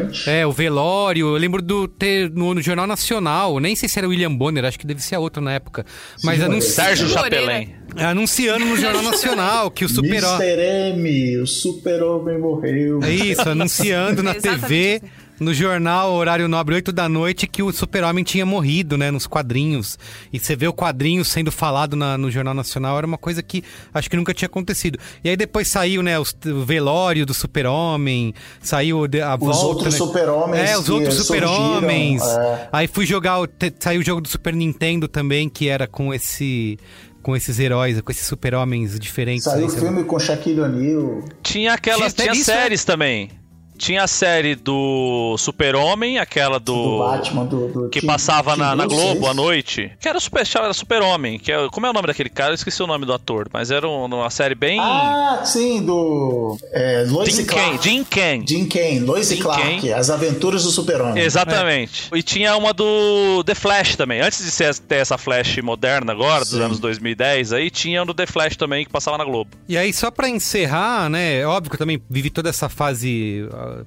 o velório. Eu lembro ter no Jornal Nacional, nem sei se era o William Bonner, acho que deve ser a outra na época. Mas Sérgio Chapelin. Anunciando no Jornal Nacional que o Super-Homem... Mr. M, o Super-Homem morreu. É isso, anunciando na TV... No jornal, horário nobre, 8 da noite, que o Super-Homem tinha morrido, né, nos quadrinhos. E você vê o quadrinho sendo falado no Jornal Nacional, era uma coisa que acho que nunca tinha acontecido. E aí depois saiu, né, o velório do Super-Homem, saiu a volta... Os outros, né? Super-Homens. Os outros Super-Homens. Aí fui jogar, saiu o jogo do Super Nintendo também, que era com esses heróis, com esses super-homens diferentes. Saiu o filme com Shaquille O'Neal. Tinha séries também. Tinha a série do Super-Homem, aquela do Batman, que passava na Globo à noite. Que era Super-Homem. Como é o nome daquele cara? Eu esqueci o nome do ator, mas era uma série bem... Ah, sim, do... Lois e Clark. Jim Kane. Lois e Clark. As Aventuras do Super-Homem. Exatamente. E tinha uma do The Flash também. Antes de ter essa Flash moderna agora, dos anos 2010, aí tinha no The Flash também, que passava na Globo. E aí, só pra encerrar, né? Óbvio que eu também vivi toda essa fase...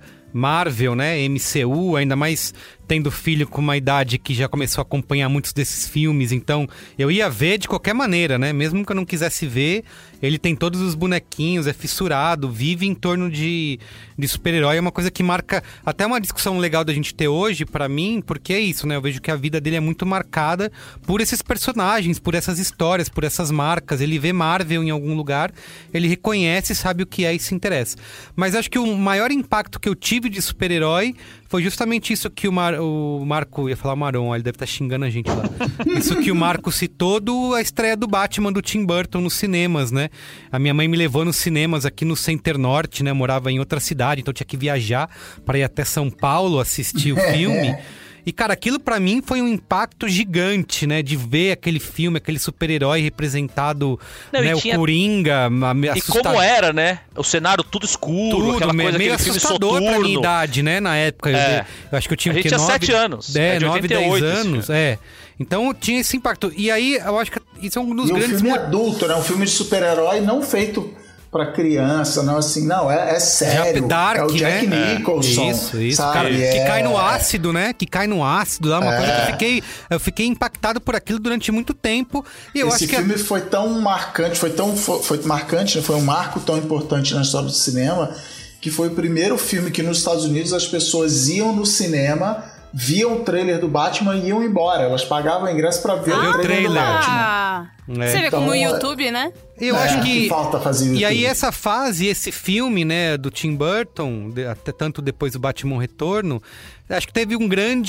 Marvel, né, MCU, ainda mais tendo filho com uma idade que já começou a acompanhar muitos desses filmes, então eu ia ver de qualquer maneira, né, mesmo que eu não quisesse ver, ele tem todos os bonequinhos, é fissurado, vive em torno de super-herói, é uma coisa que marca até uma discussão legal da gente ter hoje, pra mim, porque é isso, né, eu vejo que a vida dele é muito marcada por esses personagens, por essas histórias, por essas marcas, ele vê Marvel em algum lugar, ele reconhece, sabe o que é e se interessa. Mas acho que o maior impacto que eu tive de super-herói foi justamente isso que o Marco... Ia falar Maron, ele deve estar xingando a gente lá. Isso que o Marco citou a estreia do Batman do Tim Burton nos cinemas, né? A minha mãe me levou nos cinemas aqui no Center Norte, né? Eu morava em outra cidade, então eu tinha que viajar para ir até São Paulo assistir o filme. E, cara, aquilo pra mim foi um impacto gigante, né? De ver aquele filme, aquele super-herói representado, né? O Coringa, assustador. E como era, né? O cenário tudo escuro, aquela coisa, meio aquele assustador filme soturno. Pra minha idade, né? Na época, eu acho que eu tinha... A gente tinha 7 anos. 9, 10 anos, Então tinha esse impacto. E aí, eu acho que isso é um dos grandes... um filme adulto, né? Um filme de super-herói não feito... pra criança, não assim, não, é sério. Dark, é o Jack Nicholson. Isso, sabe? Cara, que cai no ácido, né? Que cai no ácido, dá uma coisa que eu fiquei impactado por aquilo durante muito tempo. E eu Esse acho que filme foi tão marcante, foi marcante, né? Foi um marco tão importante na história do cinema, que foi o primeiro filme que nos Estados Unidos as pessoas iam no cinema, viam o trailer do Batman e iam embora. Elas pagavam o ingresso pra ver o trailer do Batman. Você vê como o YouTube, né? Eu acho que falta fazer YouTube. E aí essa fase, esse filme, né, do Tim Burton, até tanto depois do Batman Retorno, acho que teve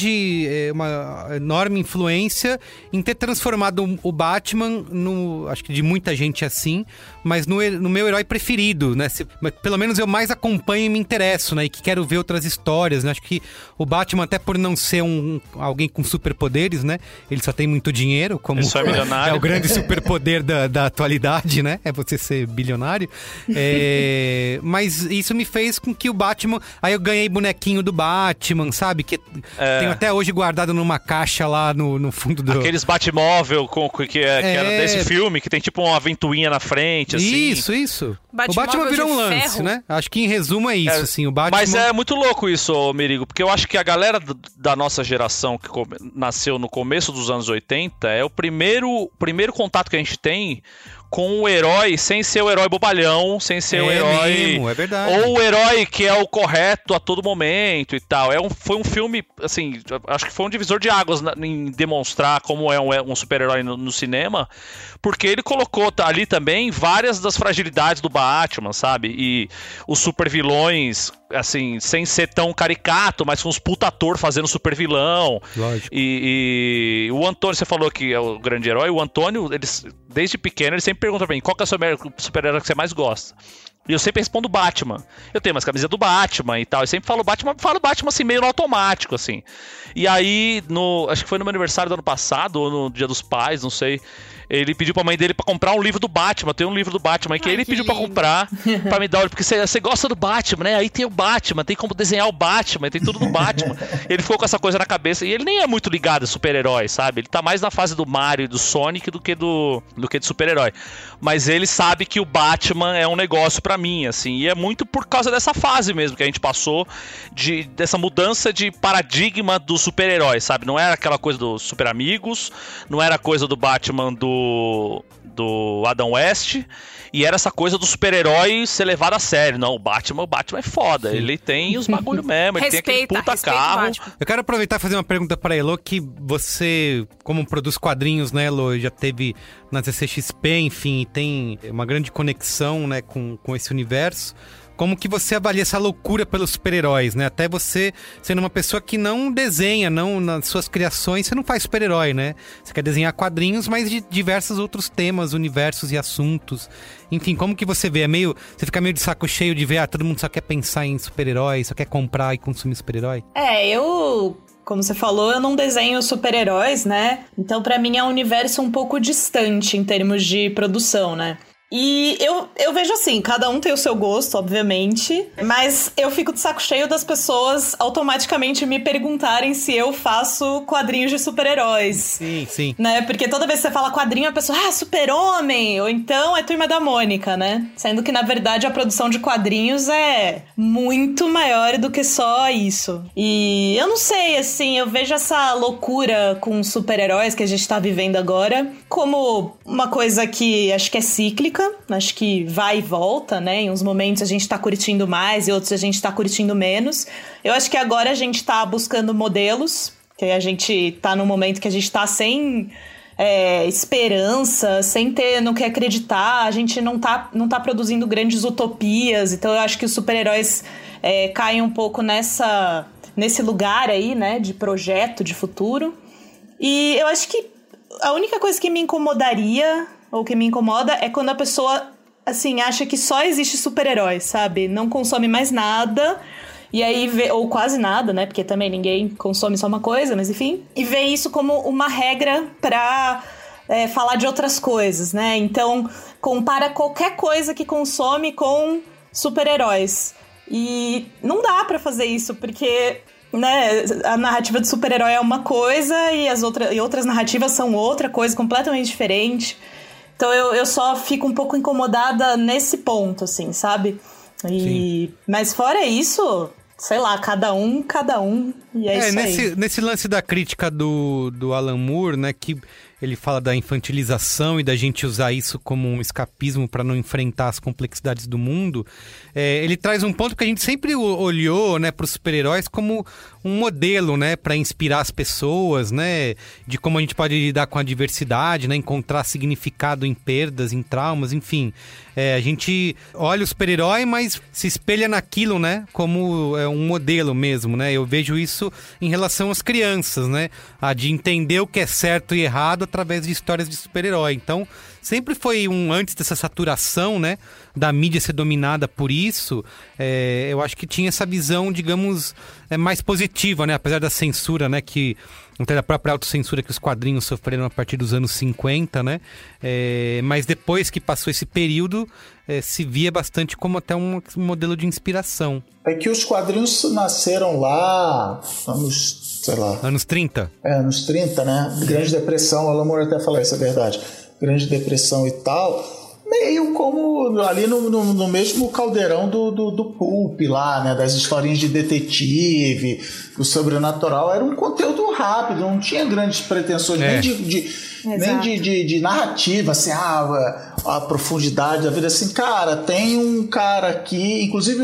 uma enorme influência em ter transformado o Batman acho que de muita gente assim, mas no meu herói preferido, né? Pelo menos eu mais acompanho e me interesso, né? E que quero ver outras histórias, né? Acho que o Batman, até por não ser alguém com superpoderes, né? Ele só tem muito dinheiro, como ele só é milionário. É o grande superpoder da atualidade, né? É você ser bilionário. Mas isso me fez com que o Batman... Aí eu ganhei bonequinho do Batman, sabe? Que tenho até hoje guardado numa caixa lá no fundo do... Aqueles Batmóvel que era desse filme, que tem tipo uma ventoinha na frente, assim. Isso. O Batman virou um lance, né? Acho que em resumo é isso, assim. O Batman... Mas é muito louco isso, Merigo, porque eu acho que a galera da nossa geração que nasceu no começo dos anos 80 é o primeiro contato que a gente tem com o herói sem ser o herói bobalhão, sem ser o herói... Mesmo, é verdade. Ou o herói que é o correto a todo momento e tal. Foi um filme, assim, acho que foi um divisor de águas em demonstrar como é um super-herói no cinema, porque ele colocou ali também várias das fragilidades do Batman, sabe? E os super-vilões, assim, sem ser tão caricato, mas com uns puta ator fazendo super-vilão. Lógico. E o Antônio, você falou que é o grande herói, o Antônio, desde pequeno, ele sempre pergunta pra mim, qual que é o super-herói que você mais gosta? E eu sempre respondo Batman. Eu tenho umas camisetas do Batman e tal. Eu sempre falo Batman assim, meio no automático, assim. E aí, acho que foi no meu aniversário do ano passado, ou no Dia dos Pais, não sei. Ele pediu pra mãe dele pra comprar um livro do Batman. Tem um livro do Batman que ele pediu pra comprar, pra me dar, porque você gosta do Batman, né? Aí tem o Batman, tem como desenhar o Batman, tem tudo do Batman. Ele ficou com essa coisa na cabeça. E ele nem é muito ligado a super-herói, sabe? Ele tá mais na fase do Mario e do Sonic do que de super-herói. Mas ele sabe que o Batman é um negócio pra mim, assim. E é muito por causa dessa fase mesmo que a gente passou, dessa mudança de paradigma dos super-heróis, sabe? Não era aquela coisa dos super amigos, não era a coisa do Batman do Adam West, e era essa coisa do super-herói ser levado a sério. Não, o Batman é foda. Sim. Ele tem os bagulho mesmo, ele tem aquele puta carro. Eu quero aproveitar e fazer uma pergunta pra Elo, que você, como produz quadrinhos, né, Elo, já teve na CCXP, enfim, tem uma grande conexão, né, com esse universo. Como que você avalia essa loucura pelos super-heróis, né? Até você sendo uma pessoa que não desenha, não nas suas criações, você não faz super-herói, né? Você quer desenhar quadrinhos, mas de diversos outros temas, universos e assuntos. Enfim, como que você vê? Você fica meio de saco cheio de ver, todo mundo só quer pensar em super-herói, só quer comprar e consumir super-herói? Como você falou, eu não desenho super-heróis, né? Então, pra mim, é um universo um pouco distante em termos de produção, né? E eu vejo assim, cada um tem o seu gosto, obviamente, mas eu fico de saco cheio das pessoas automaticamente me perguntarem se eu faço quadrinhos de super-heróis. Sim, sim. Né? Porque toda vez que você fala quadrinho, a pessoa, Super-Homem! Ou então é Turma da Mônica, né? Sendo que, na verdade, a produção de quadrinhos é muito maior do que só isso. E eu não sei, assim, eu vejo essa loucura com super-heróis que a gente tá vivendo agora como uma coisa que acho que é cíclica. Acho que vai e volta, né? Em uns momentos a gente tá curtindo mais e outros a gente tá curtindo menos. Eu acho que agora a gente tá buscando modelos, que a gente tá num momento que a gente tá sem esperança, sem ter no que acreditar, a gente não tá produzindo grandes utopias. Então eu acho que os super-heróis caem um pouco nesse lugar aí, né? De projeto, de futuro. E eu acho que a única coisa que me incomodaria, ou que me incomoda, é quando a pessoa, assim, acha que só existe super-heróis, sabe? Não consome mais nada, e aí ou quase nada, né? Porque também ninguém consome só uma coisa, mas enfim. E vê isso como uma regra pra falar de outras coisas, né? Então, compara qualquer coisa que consome com super-heróis. E não dá pra fazer isso, porque... né, a narrativa de super-herói é uma coisa e outras narrativas são outra coisa completamente diferente. Então eu só fico um pouco incomodada nesse ponto, assim, sabe? Mas fora isso, sei lá, cada um, e é isso aí. Nesse lance da crítica do Alan Moore, né, que ele fala da infantilização e da gente usar isso como um escapismo para não enfrentar as complexidades do mundo, ele traz um ponto que a gente sempre olhou, né, para os super-heróis como um modelo, né, para inspirar as pessoas, né, de como a gente pode lidar com a diversidade, né, encontrar significado em perdas, em traumas, enfim. A gente olha o super-herói, mas se espelha naquilo, né, como um modelo mesmo, né. Eu vejo isso em relação às crianças, né, de entender o que é certo e errado através de histórias de super-herói. Então, sempre foi antes dessa saturação, né, da mídia ser dominada por isso, eu acho que tinha essa visão, digamos, mais positiva, né, apesar da censura, né, que até da própria autocensura que os quadrinhos sofreram a partir dos anos 50, né, mas depois que passou esse período, se via bastante como até um modelo de inspiração. É que os quadrinhos nasceram lá, anos 30. Anos 30, né? Grande Depressão, o Alan Moore até falou, isso é verdade. Grande Depressão e tal. meio como ali no mesmo caldeirão do Pulp lá, né? Das historinhas de detetive, do sobrenatural. Era um conteúdo rápido, não tinha grandes pretensões nem de narrativa, assim, a profundidade da vida. Assim, cara, tem um cara aqui, inclusive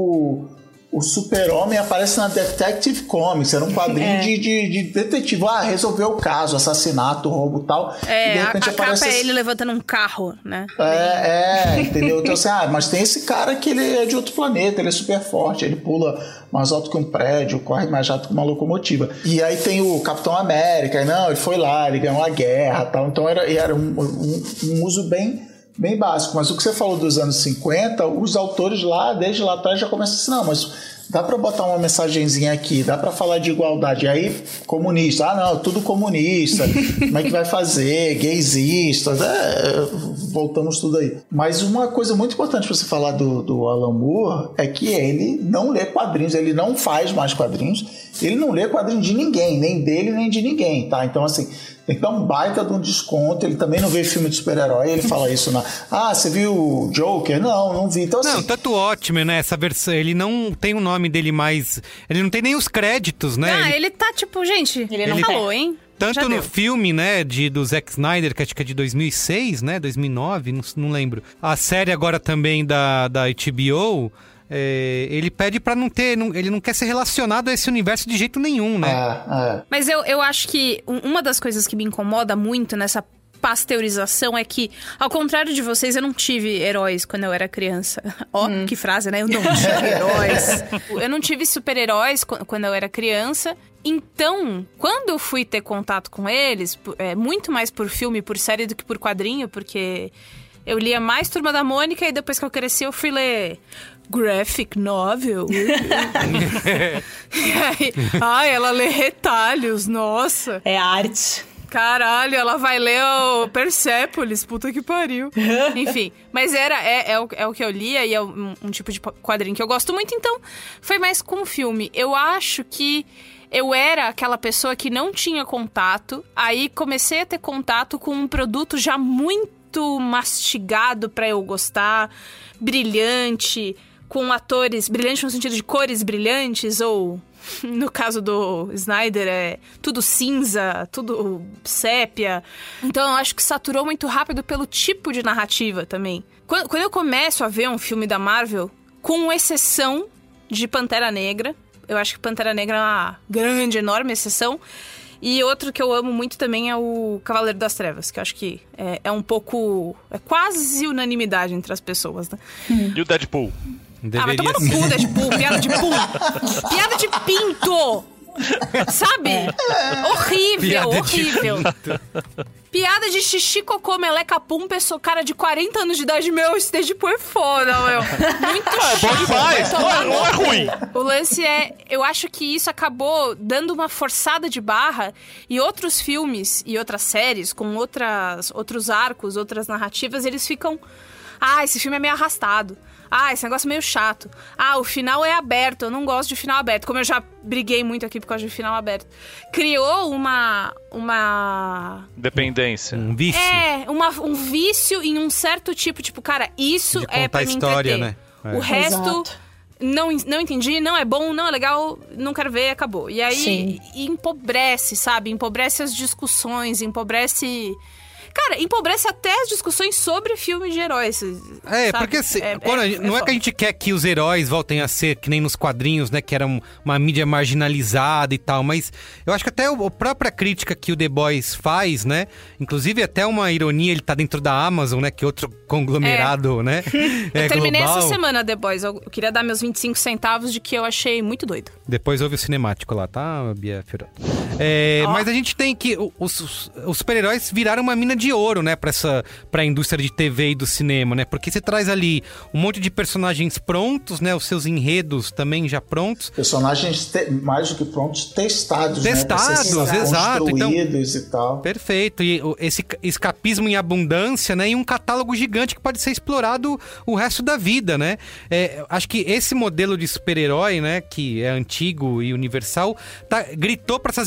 o Super-Homem aparece na Detective Comics, era um quadrinho de detetive. Resolveu o caso, assassinato, roubo e tal. E de repente aparece capa é ele levantando um carro, né? Entendeu? Então assim, mas tem esse cara que ele é de outro planeta, ele é super forte, ele pula mais alto que um prédio, corre mais rápido que uma locomotiva. E aí tem o Capitão América, ele foi lá, ele ganhou uma guerra e tal. Então era um uso bem básico, mas o que você falou dos anos 50, os autores desde lá atrás já começam assim, não, mas dá pra botar uma mensagenzinha aqui, dá pra falar de igualdade, aí comunista, tudo comunista, como é que vai fazer, gaysista, voltamos tudo aí. Mas uma coisa muito importante pra você falar do Alan Moore é que ele não lê quadrinhos, ele não faz mais quadrinhos, ele não lê quadrinhos de ninguém, nem dele, nem de ninguém, tá? Então assim, tem que dar um baita de um desconto. Ele também não vê filme de super-herói. Ele fala isso você viu o Joker? Não vi. Então, assim, tanto ótimo, né? Essa versão, ele não tem o nome dele mais... Ele não tem nem os créditos, né? Ele tá tipo, gente, ele não falou, hein? Tanto no filme, né, do Zack Snyder, que acho que é de 2006, né? 2009, não lembro. A série agora também da HBO... ele pede pra não ter... ele não quer ser relacionado a esse universo de jeito nenhum, né? Mas eu acho que uma das coisas que me incomoda muito nessa pasteurização é que, ao contrário de vocês, eu não tive heróis quando eu era criança. Que frase, né? Eu não tive heróis. Eu não tive super-heróis quando eu era criança. Então, quando eu fui ter contato com eles, muito mais por filme, por série do que por quadrinho, porque eu lia mais Turma da Mônica e depois que eu cresci eu fui ler graphic novel. E aí, ela lê retalhos, nossa. É arte. Caralho, ela vai ler o Persepolis, puta que pariu. Enfim, mas é o que eu lia e é um tipo de quadrinho que eu gosto muito, então foi mais com o filme. Eu acho que eu era aquela pessoa que não tinha contato, aí comecei a ter contato com um produto já muito mastigado pra eu gostar, brilhante, com atores brilhantes no sentido de cores brilhantes, ou no caso do Snyder é tudo cinza, tudo sépia. Então eu acho que saturou muito rápido pelo tipo de narrativa também. Quando eu começo a ver um filme da Marvel, com exceção de Pantera Negra, eu acho que Pantera Negra é uma grande, enorme exceção. E outro que eu amo muito também é o Cavaleiro das Trevas, que eu acho que é um pouco... é quase unanimidade entre as pessoas, né? E o Deadpool? Vai tomar no cu, Deadpool, piada de pum. Piada de pinto! Sabe? Horrível, horrível. Piada de xixi, cocô, meleca, pum, pessoa, cara de 40 anos de idade, esse Deadpool é foda, muito chato. É bom demais, não é ruim. O lance eu acho que isso acabou dando uma forçada de barra e outros filmes e outras séries com outros arcos, outras narrativas, eles ficam... esse filme é meio arrastado. Esse negócio é meio chato. O final é aberto, eu não gosto de final aberto. Como eu já briguei muito aqui por causa de final aberto. Criou uma... dependência. Um vício. Um vício em um certo tipo, cara, isso é pra me história, entreter. Né? O resto... Não entendi, não é bom, não é legal, não quero ver, acabou. E aí empobrece, sabe? Empobrece as discussões, empobrece... Cara, empobrece até as discussões sobre filme de heróis. Sabe? Porque não é que a gente quer que os heróis voltem a ser que nem nos quadrinhos, né? Que era uma mídia marginalizada e tal. Mas eu acho que até a própria crítica que o The Boys faz, né? Inclusive até uma ironia, ele tá dentro da Amazon, né? Que é outro conglomerado, né? Eu terminei global. essa semana The Boys. Eu queria dar meus 25 centavos de que eu achei muito doido. Depois houve o cinemático lá, tá, Bia Fiorotto? Mas a gente tem que... Os super-heróis viraram uma mina de ouro, né, pra indústria de TV e do cinema, né? Porque você traz ali um monte de personagens prontos, né? Os seus enredos também já prontos. Personagens mais do que prontos, testados, exato. Construídos e tal. Perfeito. E esse escapismo em abundância, né? E um catálogo gigante que pode ser explorado o resto da vida, né? Acho que esse modelo de super-herói, né? Que é antigo e universal, gritou pra essas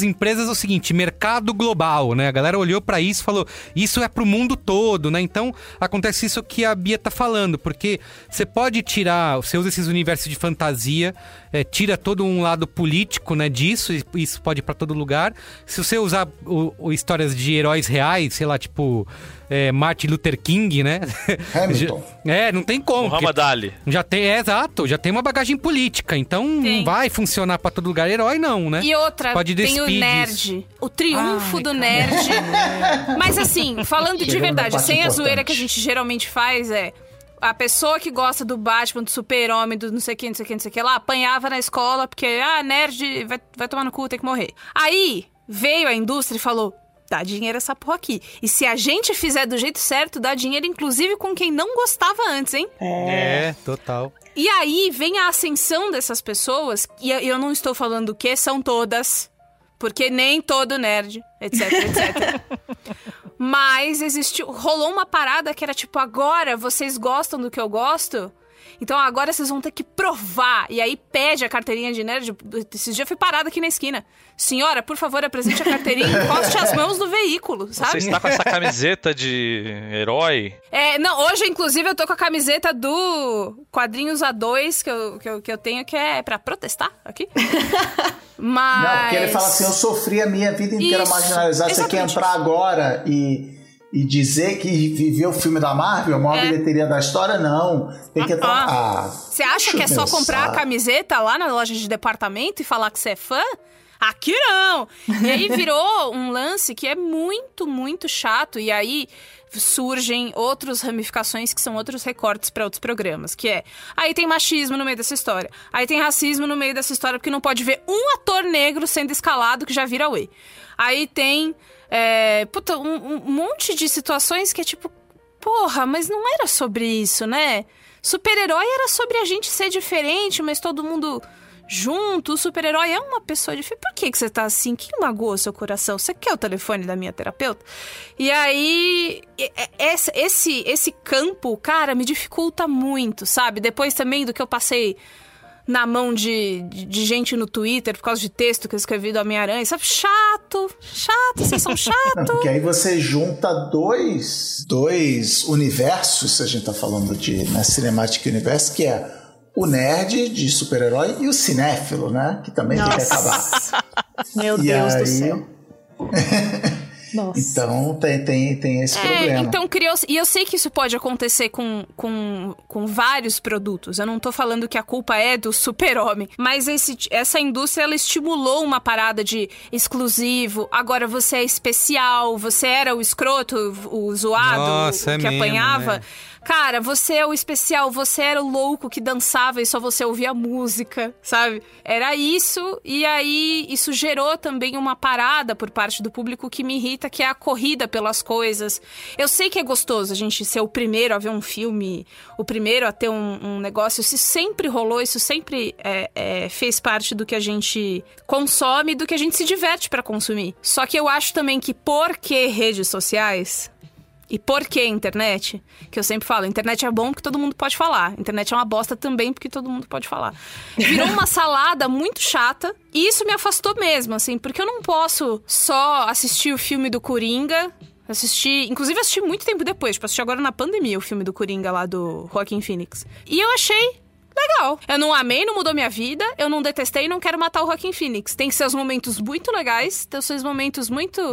empresas é o seguinte, mercado global, né? A galera olhou pra isso e falou, isso é pro mundo todo, né? Então, acontece isso que a Bia tá falando, porque você pode tirar, você usa esses universos de fantasia, tira todo um lado político, né, disso, e isso pode ir pra todo lugar. Se você usar histórias de heróis reais, sei lá, tipo... Martin Luther King, né? Hamilton. Não tem como. Muhammad Ali. Já tem, exato, já tem uma bagagem política, então não vai funcionar pra todo lugar. Herói não, né? E outra, pode tem o nerd, o triunfo do nerd. Mas assim, falando de verdade, sem a zoeira que a gente geralmente faz, a pessoa que gosta do Batman, do Super-Homem, do não sei o que lá, apanhava na escola porque, nerd, vai tomar no cu, tem que morrer. Aí, veio a indústria e falou... Dá dinheiro essa porra aqui. E se a gente fizer do jeito certo, dá dinheiro inclusive com quem não gostava antes, hein? Total. E aí vem a ascensão dessas pessoas, e eu não estou falando que são todas, porque nem todo nerd, etc, etc. Mas rolou uma parada que era tipo, agora vocês gostam do que eu gosto... Então agora vocês vão ter que provar. E aí pede a carteirinha de nerd. Esses dias eu fui parada aqui na esquina. Senhora, por favor, apresente a carteirinha e encoste as mãos no veículo, sabe? Você está com essa camiseta de herói? Não, hoje, inclusive, eu tô com a camiseta do Quadrinhos A2 que eu tenho, que é pra protestar aqui. Mas... Não, porque ele fala assim, eu sofri a minha vida inteira marginalizado. Você quer entrar agora e dizer que viveu o filme da Marvel, a maior bilheteria da história, não. Tem que entrar... Você acha que é só comprar a camiseta lá na loja de departamento e falar que você é fã? Aqui não! E aí virou um lance que é muito, muito chato. E aí surgem outras ramificações que são outros recortes para outros programas. Que aí tem machismo no meio dessa história. Aí tem racismo no meio dessa história, porque não pode ver um ator negro sendo escalado que já vira uê. Aí tem... um monte de situações que é tipo, porra, mas não era sobre isso, né? Super-herói era sobre a gente ser diferente, mas todo mundo junto. O super-herói é uma pessoa diferente. Por que você tá assim? Que magoou seu coração? Você quer o telefone da minha terapeuta? E aí, esse campo, cara, me dificulta muito, sabe? Depois também do que eu passei... na mão de gente no Twitter por causa de texto que eu escrevi do Homem-Aranha. Sabe? Chato, vocês são chato. Porque aí você junta dois universos, se a gente tá falando de Cinematic Universe, que é o nerd de super-herói e o cinéfilo, né? Que também tem que acabar. Meu Deus do céu. Nossa. Então tem esse problema. Então criou-se. E eu sei que isso pode acontecer com vários produtos. Eu não tô falando que a culpa é do Super-Homem. Mas essa indústria, ela estimulou uma parada de exclusivo. Agora você é especial. Você era o escroto, o zoado, Nossa, que apanhava. Né? Cara, você é o especial, você era o louco que dançava e só você ouvia música, sabe? Era isso, e aí isso gerou também uma parada por parte do público que me irrita, que é a corrida pelas coisas. Eu sei que é gostoso a gente ser o primeiro a ver um filme, o primeiro a ter um negócio. Isso sempre rolou, isso sempre fez parte do que a gente consome, do que a gente se diverte pra consumir. Só que eu acho também que porque redes sociais... E por que internet? Que eu sempre falo, internet é bom porque todo mundo pode falar. Internet é uma bosta também porque todo mundo pode falar. Virou uma salada muito chata. E isso me afastou mesmo, assim. Porque eu não posso só assistir o filme do Coringa. Inclusive assisti muito tempo depois. Tipo, assisti agora na pandemia o filme do Coringa lá do Joaquin Phoenix. E eu achei... legal. Eu não amei, não mudou minha vida. Eu não detestei, não quero matar o Joaquin Phoenix. Tem seus momentos muito legais. Tem seus momentos muito...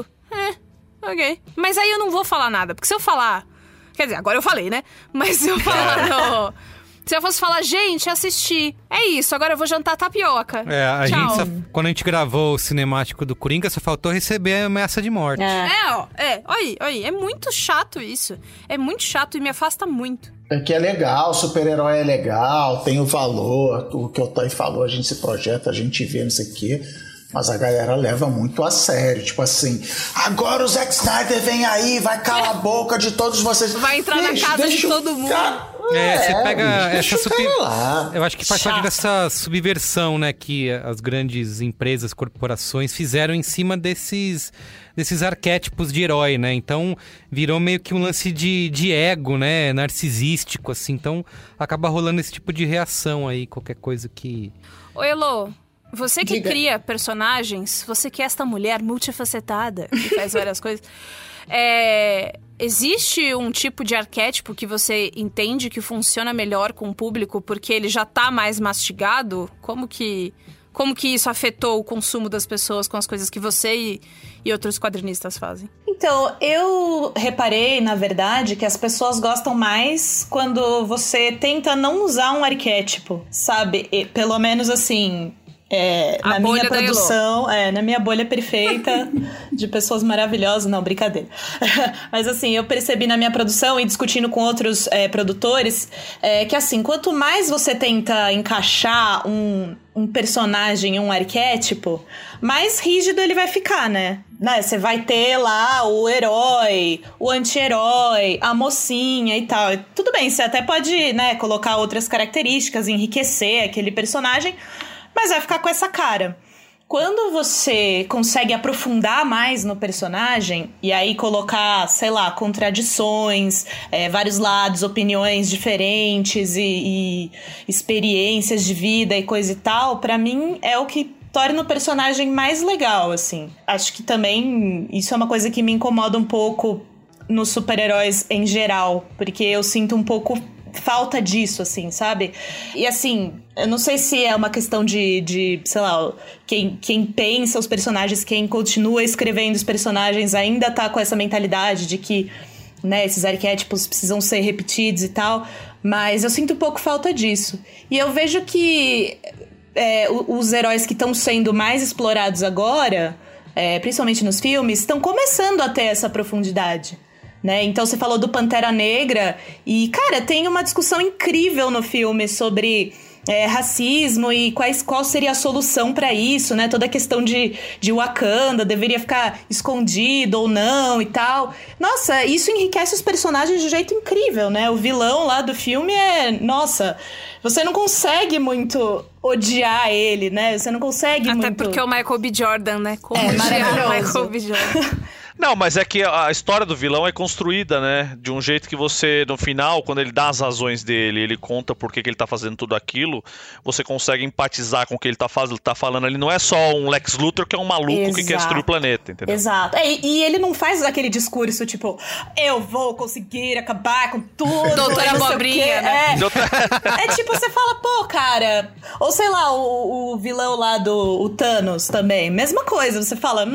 ok. Mas aí eu não vou falar nada, porque se eu falar... Quer dizer, agora eu falei, né? Mas se eu falar... Se eu fosse falar, gente, assisti. É isso, agora eu vou jantar tapioca. Tchau. Quando a gente gravou o cinemático do Coringa, só faltou receber a ameaça de morte. Olha aí. É muito chato isso. É muito chato e me afasta muito. É que é legal, super-herói é legal, tem o valor, o que o Toy falou, a gente se projeta, a gente vê, não sei o quê... Mas a galera leva muito a sério. Tipo assim, agora o Zack Snyder vem aí, vai calar a boca de todos vocês. Vai entrar na casa de todo mundo. Você pega essa lá. Eu acho que faz parte dessa subversão, né? Que as grandes empresas, corporações fizeram em cima desses arquétipos de herói, né? Então, virou meio que um lance de ego, né? Narcisístico, assim. Então, acaba rolando esse tipo de reação aí, qualquer coisa que... Ô, Elô, Você que cria personagens, você que é esta mulher multifacetada, que faz várias coisas, existe um tipo de arquétipo que você entende que funciona melhor com o público porque ele já tá mais mastigado? Como que isso afetou o consumo das pessoas com as coisas que você e outros quadrinistas fazem? Então, eu reparei, na verdade, que as pessoas gostam mais quando você tenta não usar um arquétipo, sabe? E, pelo menos assim... na minha produção, na minha bolha perfeita de pessoas maravilhosas, não, brincadeira. Mas assim, eu percebi na minha produção e discutindo com outros produtores, que assim, quanto mais você tenta encaixar um personagem, um arquétipo, mais rígido ele vai ficar, né? Você vai ter lá o herói, o anti-herói, a mocinha e tal. Tudo bem, você até pode, né, colocar outras características, enriquecer aquele personagem, mas vai ficar com essa cara. Quando você consegue aprofundar mais no personagem, e aí colocar, sei lá, contradições, vários lados, opiniões diferentes e experiências de vida e coisa e tal, pra mim é o que torna o personagem mais legal, assim. Acho que também isso é uma coisa que me incomoda um pouco nos super-heróis em geral, porque eu sinto um pouco falta disso, assim, sabe? E assim, eu não sei se é uma questão de sei lá, quem pensa os personagens, quem continua escrevendo os personagens ainda tá com essa mentalidade de que, né, esses arquétipos precisam ser repetidos e tal, mas eu sinto um pouco falta disso. E eu vejo que os heróis que estão sendo mais explorados agora, principalmente nos filmes, estão começando a ter essa profundidade. Né? Então você falou do Pantera Negra e, cara, tem uma discussão incrível no filme sobre racismo e qual seria a solução pra isso, né? Toda a questão de Wakanda, deveria ficar escondido ou não e tal. Nossa, isso enriquece os personagens de um jeito incrível, né? O vilão lá do filme nossa, você não consegue muito odiar ele, né? Você não consegue muito... Até porque é o Michael B. Jordan, né? Como maravilhoso. Michael B. Jordan. Não, mas é que a história do vilão é construída, né? De um jeito que você, no final, quando ele dá as razões dele, ele conta por que ele tá fazendo tudo aquilo, você consegue empatizar com o que ele tá falando. Ele não é só um Lex Luthor que é um maluco que quer destruir o planeta, entendeu? Exato. E ele não faz aquele discurso, tipo, eu vou conseguir acabar com tudo. Doutora Abobrinha, né? É tipo, você fala, pô, cara... Ou sei lá, o vilão lá do Thanos também. Mesma coisa, você fala,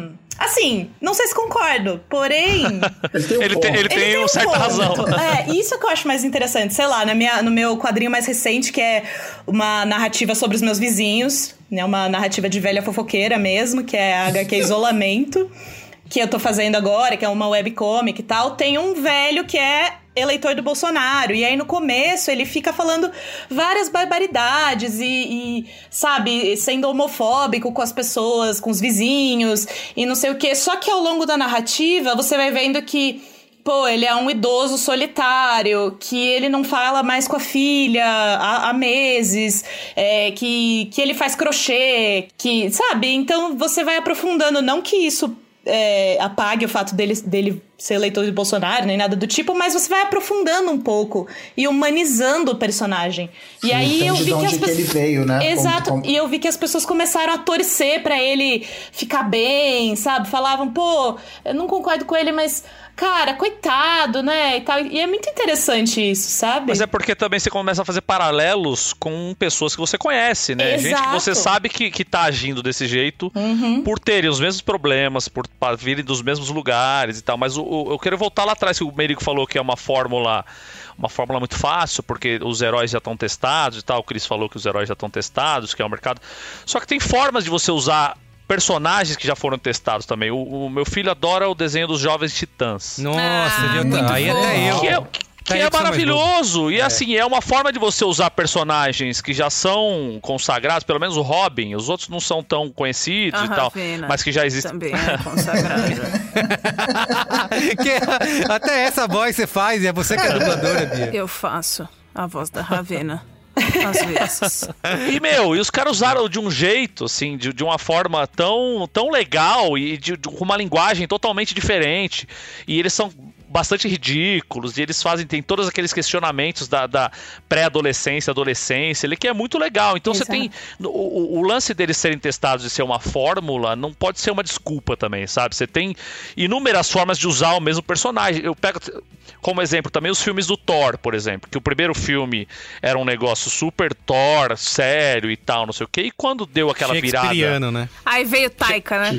assim, não sei se concordo, porém... Ele tem uma certa razão. Isso que eu acho mais interessante. Sei lá, no meu quadrinho mais recente, que é uma narrativa sobre os meus vizinhos, né? Uma narrativa de velha fofoqueira mesmo, que é a HQ Isolamento, que eu tô fazendo agora, que é uma webcomic e tal. Tem um velho que é eleitor do Bolsonaro, e aí no começo ele fica falando várias barbaridades e sabe, sendo homofóbico com as pessoas, com os vizinhos e não sei o quê. Só que ao longo da narrativa você vai vendo que, pô, ele é um idoso solitário, que ele não fala mais com a filha há meses, que ele faz crochê, que, sabe? Então você vai aprofundando, não que isso apague o fato dele ser eleitor de Bolsonaro, nem nada do tipo, mas você vai aprofundando um pouco e humanizando o personagem. E aí eu vi que as pessoas... ele veio, né? Exato. E eu vi que as pessoas começaram a torcer pra ele ficar bem, sabe? Falavam, pô, eu não concordo com ele, mas... cara, coitado, né? E tal. E é muito interessante isso, sabe? Mas é porque também você começa a fazer paralelos com pessoas que você conhece, né? Exato. Gente que você sabe que tá agindo desse jeito por terem os mesmos problemas, por virem dos mesmos lugares e tal. Mas eu quero voltar lá atrás, que o Merico falou que é uma fórmula muito fácil, porque os heróis já estão testados e tal. O Chris falou que os heróis já estão testados, que é o mercado. Só que tem formas de você usar personagens que já foram testados também. O meu filho adora o desenho dos Jovens Titãs. Nossa, aí até eu. Que é maravilhoso. E assim, é uma forma de você usar personagens que já são consagrados, pelo menos o Robin, os outros não são tão conhecidos e tal, mas que já existem. Também é consagrada. Até essa voz você faz, e é você que é dubladora, Bia. Eu faço a voz da Ravena. Às vezes. E os caras usaram de um jeito, assim, de uma forma tão legal e com uma linguagem totalmente diferente. E eles são bastante ridículos, e eles tem todos aqueles questionamentos da pré-adolescência, adolescência, ele que é muito legal. Então você tem o lance deles serem testados de ser uma fórmula, não pode ser uma desculpa também, sabe? Você tem inúmeras formas de usar o mesmo personagem. Eu pego como exemplo também os filmes do Thor, por exemplo, que o primeiro filme era um negócio super Thor, sério e tal, não sei o quê, e quando deu aquela virada... né? Aí veio Taika, né?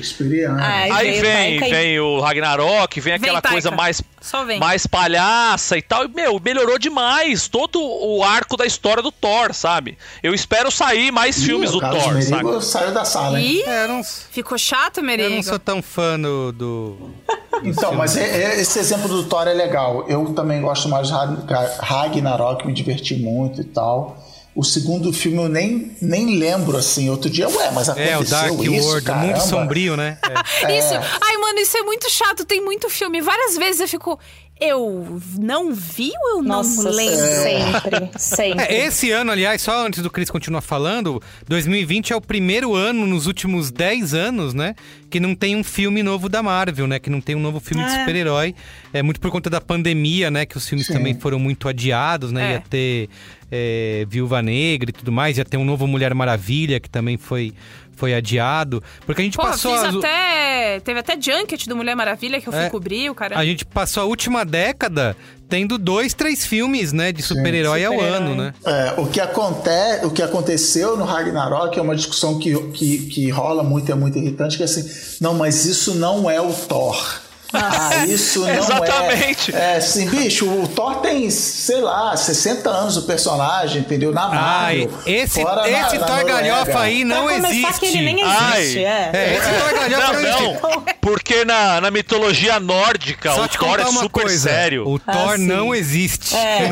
Aí vem o Ragnarok, vem aquela coisa mais palhaça e tal, e, melhorou demais todo o arco da história do Thor, sabe? Eu espero sair mais filmes do Thor, Merigo sabe? Saiu da sala, hein? Ficou chato, Merigo? Eu não sou tão fã do então, mas esse exemplo do Thor é legal. Eu também gosto mais de Ragnarok, me diverti muito e tal. O segundo filme eu nem lembro, assim. Outro dia, mas aconteceu o Dark isso, World, caramba. muito sombrio, né? Isso. Ai, mano, isso é muito chato. Tem muito filme. Várias vezes eu fico... Eu não vi ou eu não lembro? Sempre. Esse ano, aliás, só antes do Cris continuar falando, 2020 é o primeiro ano nos últimos 10 anos, né? Que não tem um filme novo da Marvel, né? Que não tem um novo filme de super-herói. É muito por conta da pandemia, né? Que os filmes também foram muito adiados, né? Ia ter Viúva Negra e tudo mais. Ia ter um novo Mulher Maravilha, que também foi adiado. Porque a gente passou... Teve até Junket do Mulher Maravilha que eu fui cobrir, o caramba. A gente passou a última década tendo 2, 3 filmes, né, de super-herói ao ano, né? O que aconteceu no Ragnarok é uma discussão que rola muito, é muito irritante, que é assim, não, mas isso não é o Thor. Isso não exatamente. Assim, bicho, o Thor tem, sei lá, 60 anos o personagem, entendeu? Na Marvel. Esse Thor galhofa aí não existe. Que ele nem existe, esse Thor galhofa não existe. Porque na mitologia nórdica, o Thor é super sério. O Thor não existe.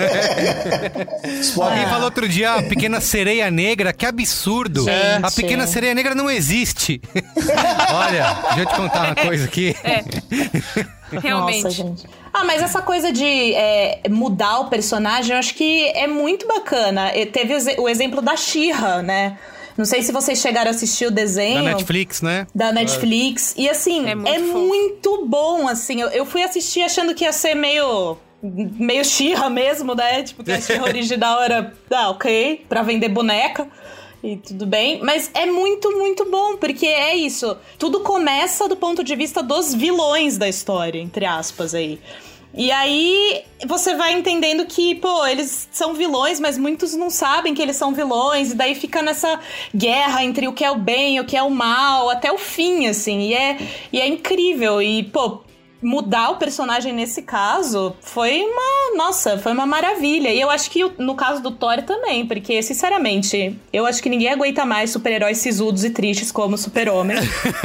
Alguém falou outro dia, a Pequena Sereia Negra, que absurdo. A Pequena Sereia Negra não existe. Olha, deixa eu te contar uma coisa aqui. Realmente. Nossa, gente. Mas essa coisa de mudar o personagem, eu acho que é muito bacana. Teve o exemplo da She-Ra, né? Não sei se vocês chegaram a assistir o desenho. Da Netflix, né? Da Netflix. E assim, é muito bom, assim. Eu fui assistir achando que ia ser meio She-Ra mesmo, né? Tipo, que a She-Ra original era, ok, pra vender boneca. E tudo bem, mas é muito, muito bom, porque é isso. Tudo começa do ponto de vista dos vilões da história, entre aspas, aí. E aí você vai entendendo que, eles são vilões, mas muitos não sabem que eles são vilões, e daí fica nessa guerra entre o que é o bem e o que é o mal, até o fim, assim. E é incrível, e, mudar o personagem nesse caso foi uma maravilha. E eu acho que no caso do Thor também, porque, sinceramente, eu acho que ninguém aguenta mais super-heróis sisudos e tristes como o Super-Homem.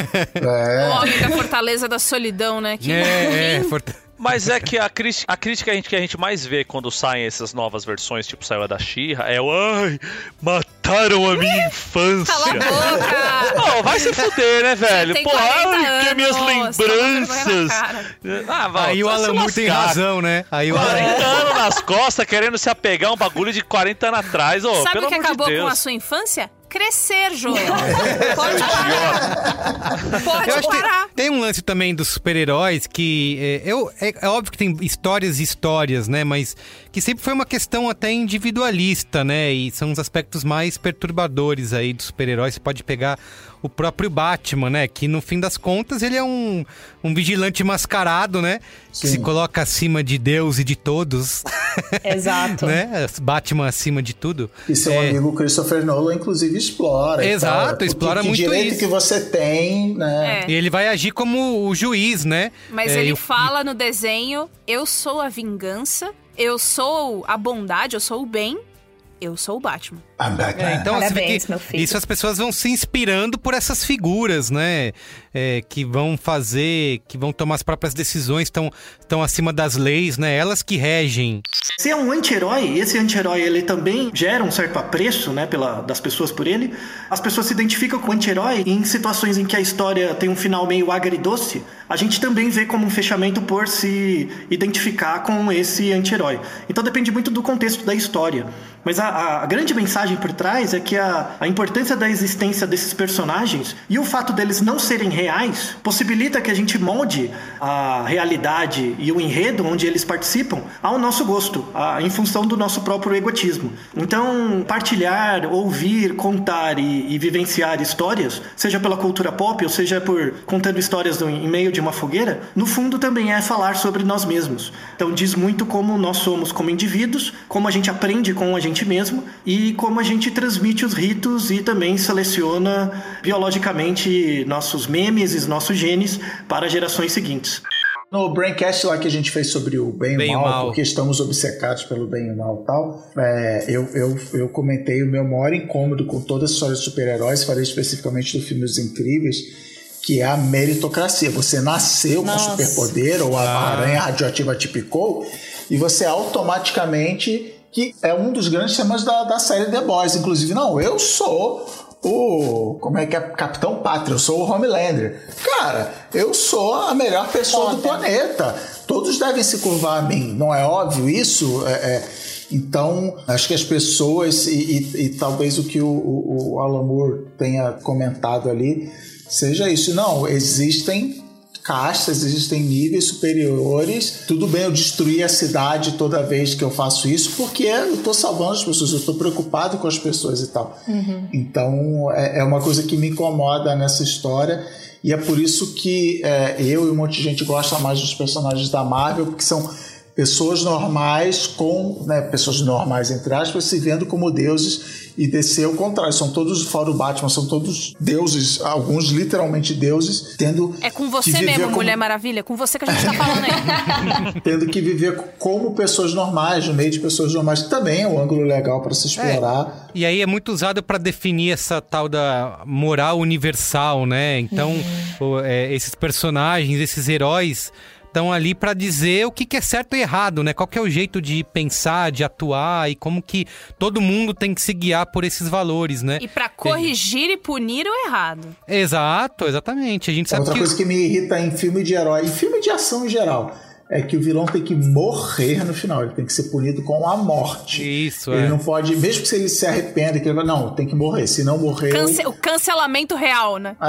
O Homem da Fortaleza da Solidão, né? Que Mas é que a crítica que a gente mais vê quando saem essas novas versões, tipo saiu a da She-Ra, mataram a minha infância. Cala a boca! Não, vai se fuder, né, velho? Que minhas lembranças. Aí o Alan Moore tem razão, né? 40 anos nas costas, querendo se apegar a um bagulho de 40 anos atrás. Sabe o que acabou com a sua infância? Crescer, Joel. Pode parar. Pode parar. Tem um lance também dos super-heróis que... É óbvio que tem histórias, né? Mas que sempre foi uma questão até individualista, né? E são os aspectos mais perturbadores aí dos super-heróis. Você pode pegar o próprio Batman, né? Que no fim das contas ele é um vigilante mascarado, né? Sim. Que se coloca acima de Deus e de todos. Exato. Né? Batman acima de tudo. E seu amigo Christopher Nolan, inclusive, explora. Exato, explora muito isso. Que direito que você tem, né? E ele vai agir como o juiz, né? Mas ele fala no desenho, eu sou a vingança, eu sou a bondade, eu sou o bem. Eu sou o Batman. Então, parabéns, meu filho. Isso as pessoas vão se inspirando por essas figuras, né? Que vão tomar as próprias decisões, estão acima das leis, né? Elas que regem. Se é um anti-herói, esse anti-herói ele também gera um certo apreço, né, das pessoas por ele. As pessoas se identificam com o anti-herói em situações em que a história tem um final meio agridoce. A gente também vê como um fechamento por se identificar com esse anti-herói. Então depende muito do contexto da história. Mas a grande mensagem por trás é que a importância da existência desses personagens e o fato deles não serem reais possibilita que a gente molde a realidade e o enredo onde eles participam ao nosso gosto, em função do nosso próprio egotismo. Então, partilhar, ouvir, contar e vivenciar histórias, seja pela cultura pop ou seja por contando histórias em meio de uma fogueira, no fundo também é falar sobre nós mesmos. Então diz muito como nós somos como indivíduos, como a gente aprende com a gente mesmo e como a gente transmite os ritos e também seleciona biologicamente nossos memes e nossos genes para gerações seguintes. No Braincast lá que a gente fez sobre o bem e o mal, porque estamos obcecados pelo bem e o mal e tal, eu comentei o meu maior incômodo com toda a história de super-heróis, falei especificamente do filme Os Incríveis, que é a meritocracia. Você nasceu com superpoder, ou a aranha radioativa te picou, e você automaticamente, que é um dos grandes temas da série The Boys, inclusive, não, eu sou como é que é? Capitão Pátria, eu sou o Homelander. Cara, eu sou a melhor pessoa do planeta. Todos devem se curvar a mim, não é óbvio isso? Então, acho que as pessoas, e talvez o que o Alan Moore tenha comentado ali, seja isso. Não, existem castas, existem níveis superiores. Tudo bem eu destruir a cidade toda vez que eu faço isso, porque eu estou salvando as pessoas, eu estou preocupado com as pessoas e tal. Então, é uma coisa que me incomoda nessa história, e é por isso que eu e um monte de gente gosta mais dos personagens da Marvel, porque são pessoas normais pessoas normais, entre aspas, se vendo como deuses, e DC ao contrário, são todos, fora o Batman, são todos deuses, alguns literalmente deuses, tendo é com você mesmo, Mulher Maravilha, com você que a gente tá falando aí. Tendo que viver como pessoas normais, no meio de pessoas normais, que também é um ângulo legal para se explorar. E aí é muito usado para definir essa tal da moral universal, né? Então, esses personagens, esses heróis estão ali para dizer o que é certo e errado, né? Qual que é o jeito de pensar, de atuar, e como que todo mundo tem que se guiar por esses valores, né? E para corrigir e punir o errado. Exato, exatamente. A gente sabe outra coisa que me irrita em filme de herói, e filme de ação em geral, é que o vilão tem que morrer no final, ele tem que ser punido com a morte. Isso, ele não pode, mesmo que ele se arrependa, que ele vai, não, tem que morrer, se não morrer... O cancelamento real, né?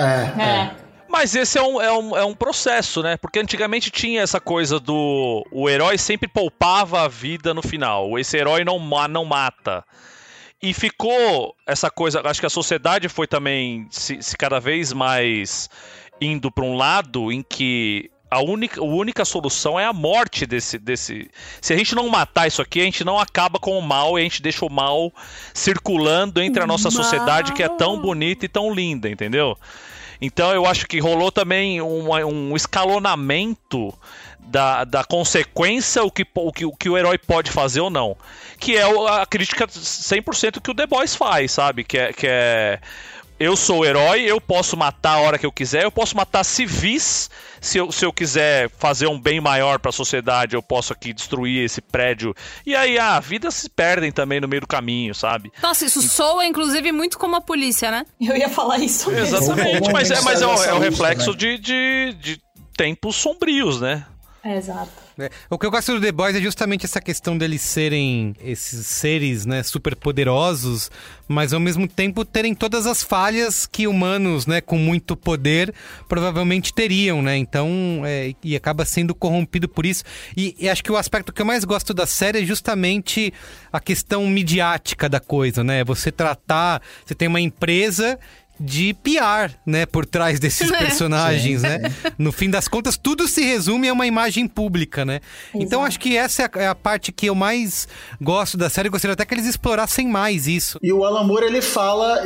Mas esse é um processo, né? Porque antigamente tinha essa coisa do... O herói sempre poupava a vida no final. Esse herói não mata. E ficou essa coisa... Acho que a sociedade foi também se cada vez mais indo para um lado em que a única solução é a morte desse... Se a gente não matar isso aqui, a gente não acaba com o mal e a gente deixa o mal circulando entre a nossa sociedade, que é tão bonita e tão linda, entendeu? Então eu acho que rolou também um escalonamento da consequência, o que o herói pode fazer ou não. Que é a crítica 100% que o The Boys faz, sabe? Que é eu sou o herói, eu posso matar a hora que eu quiser, eu posso matar civis, se eu quiser fazer um bem maior para a sociedade, eu posso aqui destruir esse prédio. E aí vidas se perdem também no meio do caminho, sabe? Nossa, isso soa inclusive muito como a polícia, né? Eu ia falar isso mesmo. Exatamente, mas é o reflexo de tempos sombrios, né? Exato. O que eu gosto do The Boys é justamente essa questão deles serem esses seres, né, super poderosos, mas ao mesmo tempo terem todas as falhas que humanos, né, com muito poder provavelmente teriam, né? Então, e acaba sendo corrompido por isso. E acho que o aspecto que eu mais gosto da série é justamente a questão midiática da coisa, né? Você tem uma empresa de PR, né, por trás desses personagens, né? No fim das contas, tudo se resume a uma imagem pública, né? Exato. Então, acho que essa é a parte que eu mais gosto da série. Gostaria até que eles explorassem mais isso. E o Alan Moore, ele fala,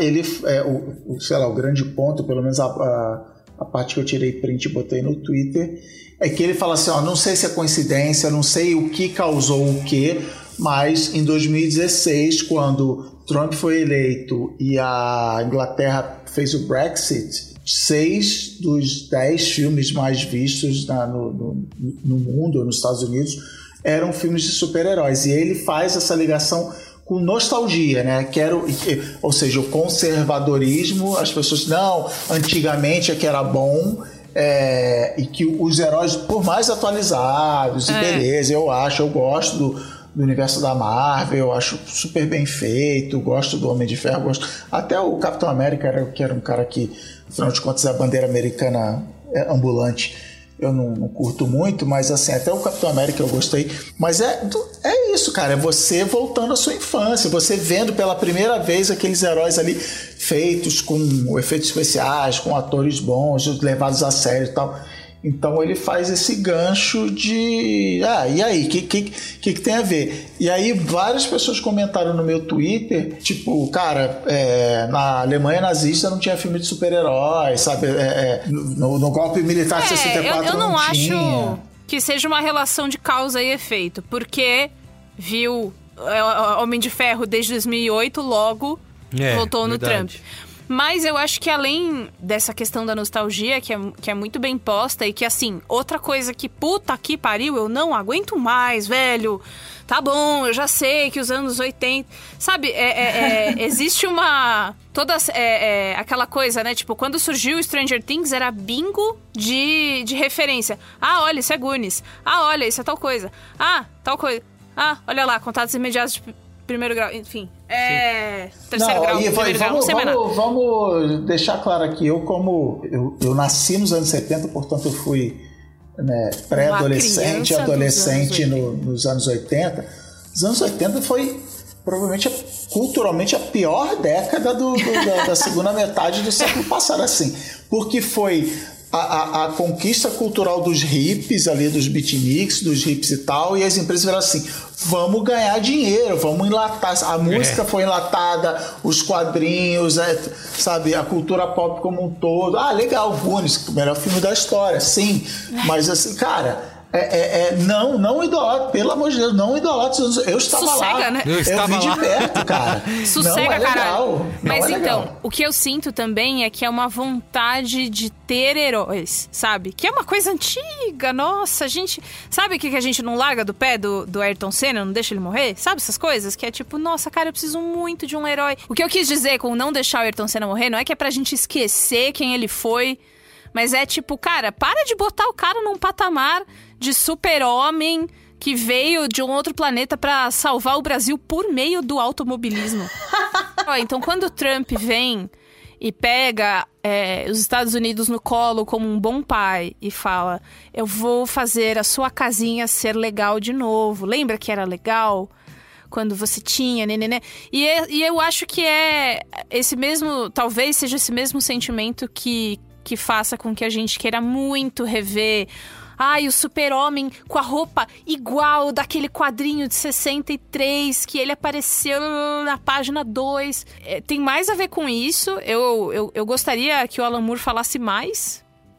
o grande ponto, pelo menos a parte que eu tirei print e botei no Twitter, é que ele fala assim, não sei se é coincidência, não sei o que causou o quê, mas em 2016, quando Trump foi eleito e a Inglaterra fez o Brexit, 6 dos 10 filmes mais vistos no mundo, nos Estados Unidos, eram filmes de super-heróis. E ele faz essa ligação com nostalgia, né? Ou seja, o conservadorismo, as pessoas, não, antigamente é que era bom, e que os heróis, por mais atualizados, e beleza, eu gosto universo da Marvel, eu acho super bem feito, gosto do Homem de Ferro, gosto até o Capitão América, que era um cara que, afinal de contas, é a bandeira americana ambulante, eu não curto muito, mas assim, até o Capitão América eu gostei. Mas é isso, cara, é você voltando à sua infância, você vendo pela primeira vez aqueles heróis ali feitos com efeitos especiais, com atores bons, levados a sério e tal. Então ele faz esse gancho de... e aí, o que tem a ver? E aí várias pessoas comentaram no meu Twitter, tipo, cara, na Alemanha nazista não tinha filme de super-heróis, sabe? No golpe militar de 64 eu não tinha. acho que seja uma relação de causa e efeito, porque viu Homem de Ferro desde 2008, logo voltou no Trump. Mas eu acho que além dessa questão da nostalgia, que é muito bem posta, e que, assim, outra coisa que, puta que pariu, eu não aguento mais, velho. Tá bom, eu já sei que os anos 80... Sabe, existe uma... aquela coisa, né? Tipo, quando surgiu o Stranger Things, era bingo de referência. Ah, olha, isso é Goonies. Ah, olha, isso é tal coisa. Ah, tal coisa. Ah, olha lá, contatos imediatos de primeiro grau, enfim. Terceiro grau, primeiro grau, não sei mais nada. Vamos deixar claro aqui, eu nasci nos anos 70, portanto eu fui pré-adolescente, adolescente nos anos 80. Os anos 80 foi provavelmente culturalmente a pior década da segunda metade do século passado, assim, porque foi a conquista cultural dos hippies ali, dos beatniks, dos hippies e tal, e as empresas viraram assim, vamos ganhar dinheiro, vamos enlatar, a música foi enlatada, os quadrinhos, sabe, a cultura pop como um todo. Ah, legal, Goonies, o melhor filme da história, sim, mas assim, cara... não idolatra, pelo amor de Deus, não idolatra. Eu estava Sossega, lá, né? eu vi de perto, cara. Sossega, caralho. Mas então, legal. o que eu sinto também é que é uma vontade de ter heróis, sabe? Que é uma coisa antiga, nossa, gente... Sabe o que a gente não larga do pé do Ayrton Senna, não deixa ele morrer? Sabe essas coisas? Que é tipo, nossa, cara, eu preciso muito de um herói. O que eu quis dizer com não deixar o Ayrton Senna morrer não é que é pra gente esquecer quem ele foi, mas é tipo, cara, para de botar o cara num patamar de super-homem que veio de um outro planeta pra salvar o Brasil por meio do automobilismo. Então, quando o Trump vem e pega os Estados Unidos no colo como um bom pai e fala, eu vou fazer a sua casinha ser legal de novo. Lembra que era legal? Quando você tinha, né? E eu acho que esse mesmo, talvez seja esse mesmo sentimento que faça com que a gente queira muito rever... Ai, o super-homem com a roupa igual daquele quadrinho de 63, que ele apareceu na página 2. Tem mais a ver com isso. Eu gostaria que o Alan Moore falasse mais.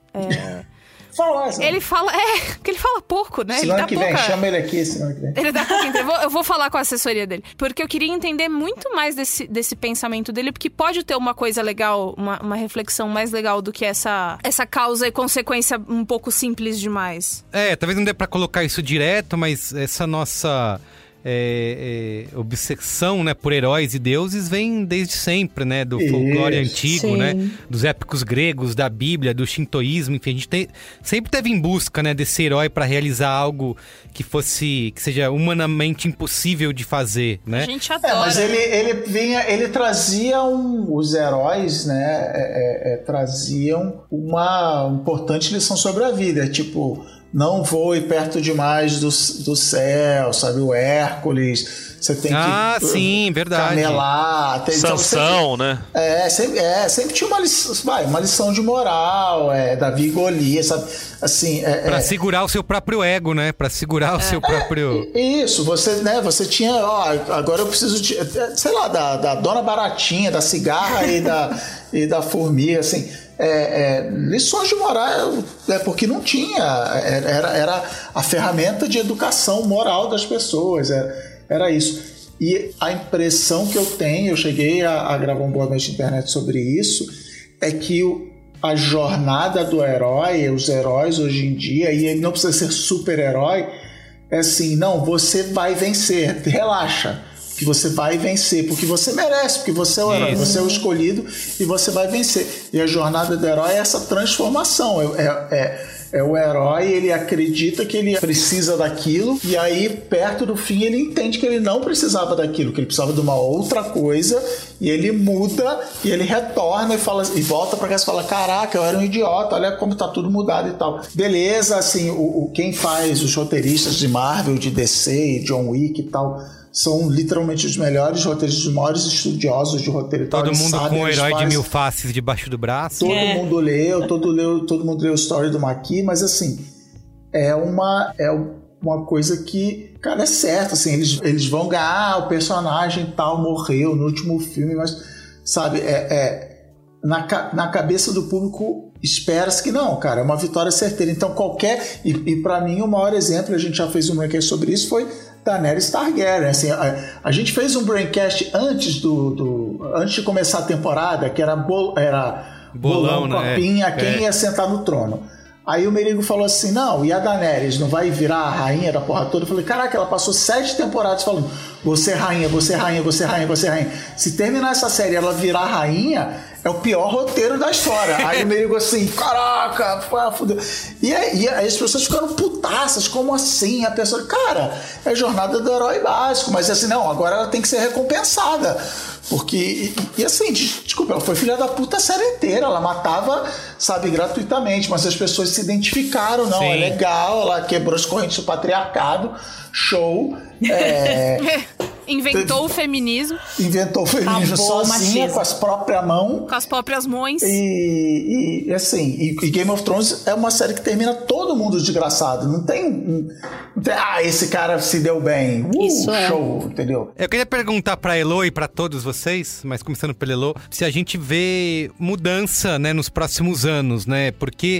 Ele fala... porque ele fala pouco, né? Semana que vem, chama ele aqui semana que vem. Ele dá pouco entrevista. Eu vou falar com a assessoria dele. Porque eu queria entender muito mais desse pensamento dele, porque pode ter uma coisa legal, uma reflexão mais legal do que essa causa e consequência um pouco simples demais. Talvez não dê pra colocar isso direto, mas essa nossa... obsessão, né, por heróis e deuses vem desde sempre, né, do folclore antigo, sim, né, dos épicos gregos, da Bíblia, do shintoísmo, enfim, a gente sempre teve em busca, né, desse herói para realizar algo que seja humanamente impossível de fazer, né? A gente adora. Mas ele trazia os heróis, né, traziam uma importante lição sobre a vida, tipo, não voe perto demais do céu, sabe? O Hércules, você tem que sim, verdade. camelar. Sansão, né? Sempre tinha uma lição de moral, Davi e Golias, sabe? Assim, pra segurar o seu próprio ego, né? Pra segurar o seu próprio... Isso, você tinha, agora eu preciso de, sei lá, da Dona Baratinha, da cigarra e da formiga, assim... lições de moral, porque não tinha, era a ferramenta de educação moral das pessoas, era isso. E a impressão que eu tenho, eu cheguei a gravar um Boa Noite Internet sobre isso, é que a jornada do herói, os heróis hoje em dia, e ele não precisa ser super-herói, é assim, não, você vai vencer, relaxa, que você vai vencer, porque você merece, porque você é o herói, você é o escolhido e você vai vencer. E a jornada do herói é essa transformação, É o herói, ele acredita que ele precisa daquilo, e aí, perto do fim, ele entende que ele não precisava daquilo, que ele precisava de uma outra coisa, e ele muda, e ele retorna e volta pra casa e fala, caraca, eu era um idiota, olha como tá tudo mudado e tal. Beleza, assim, quem faz os roteiristas de Marvel, de DC, John Wick e tal, são literalmente os melhores roteiristas, os maiores estudiosos de roteiro. Todo mundo com o herói de 1000 faces debaixo do braço. Todo mundo leu, todo mundo leu a história do Maqui, mas assim, é uma coisa que, cara, é certo, assim, eles vão ganhar, o personagem tal morreu no último filme, mas, sabe, na cabeça do público espera-se que não, cara, é uma vitória certeira. Então e pra mim o maior exemplo, a gente já fez um braincast sobre isso, foi Daenerys Targaryen. Assim, a gente fez um braincast antes de começar a temporada, que era bolão, copinha, né? Quem ia sentar no trono. Aí o Merigo falou assim, não, e a Daenerys não vai virar a rainha da porra toda? Eu falei, caraca, ela passou 7 temporadas falando, você rainha, você rainha, você rainha, você rainha. Se terminar essa série e ela virar rainha, é o pior roteiro da história. Aí o Merigo assim, caraca, fudeu. E aí as pessoas ficaram putaças, como assim? A pessoa, cara, é a jornada do herói básico, mas assim, não, agora ela tem que ser recompensada. Porque, e assim, desculpa, ela foi filha da puta a série inteira, ela matava, sabe, gratuitamente, mas as pessoas se identificaram, não, é legal, ela quebrou as correntes do patriarcado, show. Inventou o feminismo. Inventou o feminismo sozinha, com as próprias mãos. Com as próprias mãos. E assim, e Game of Thrones é uma série que termina todo mundo desgraçado. Não tem esse cara se deu bem. Isso show, entendeu? Eu queria perguntar pra Elo e pra todos vocês, mas começando pela Elo, se a gente vê mudança, né, nos próximos anos, né? Porque,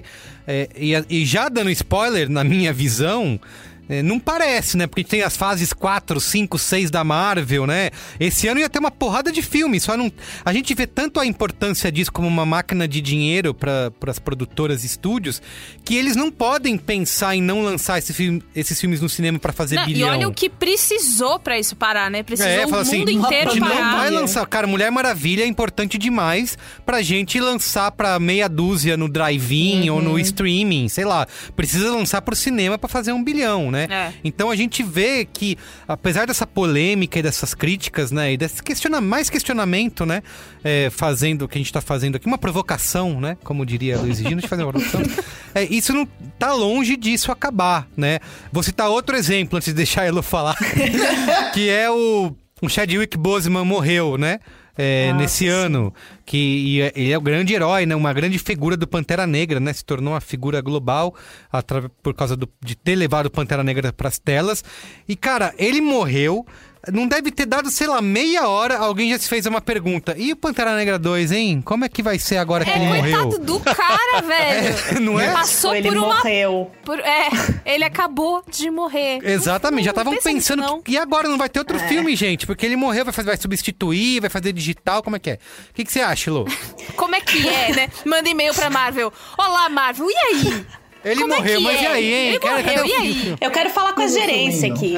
e já dando spoiler, na minha visão, não parece, né? Porque a gente tem as fases 4, 5, 6 da Marvel, né? Esse ano ia ter uma porrada de filmes, só não... A gente vê tanto a importância disso como uma máquina de dinheiro para as produtoras e estúdios, que eles não podem pensar em não lançar esses filmes no cinema para fazer bilhão. E olha o que precisou para isso parar, né? Precisou o mundo assim, inteiro parar. Não vai lançar... Cara, Mulher Maravilha é importante demais pra gente lançar pra meia dúzia no drive-in ou no streaming, sei lá. Precisa lançar pro cinema para fazer 1 bilhão, né? Então a gente vê que, apesar dessa polêmica e dessas críticas, né, e desse mais questionamento, né, fazendo o que a gente tá fazendo aqui, uma provocação, né, como diria Luiz Gino, de fazer uma provocação, isso não tá longe disso acabar, né. Vou citar outro exemplo antes de deixar a Elo falar, que é o Chadwick Boseman morreu, né? Nesse ano, que ele é o grande herói, né? Uma grande figura do Pantera Negra, né? Se tornou uma figura global por causa de ter levado o Pantera Negra pras telas. E, cara, ele morreu. Não deve ter dado, sei lá, meia hora, alguém já se fez uma pergunta. E o Pantera Negra 2, hein? Como é que vai ser agora que ele morreu? Coitado do cara, velho. Não é? Passou ele por uma... morreu. Ele acabou de morrer. Exatamente, já estavam pensando e agora não vai ter outro filme, gente? Porque ele morreu, vai substituir, vai fazer digital, como é que é? O que você acha, Lô? Como é que é, né? Manda e-mail pra Marvel. Olá, Marvel, e aí? Ele morreu, mas e aí, hein? Ele morreu, e aí? Eu quero falar com a gerência aqui.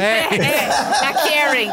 A Karen.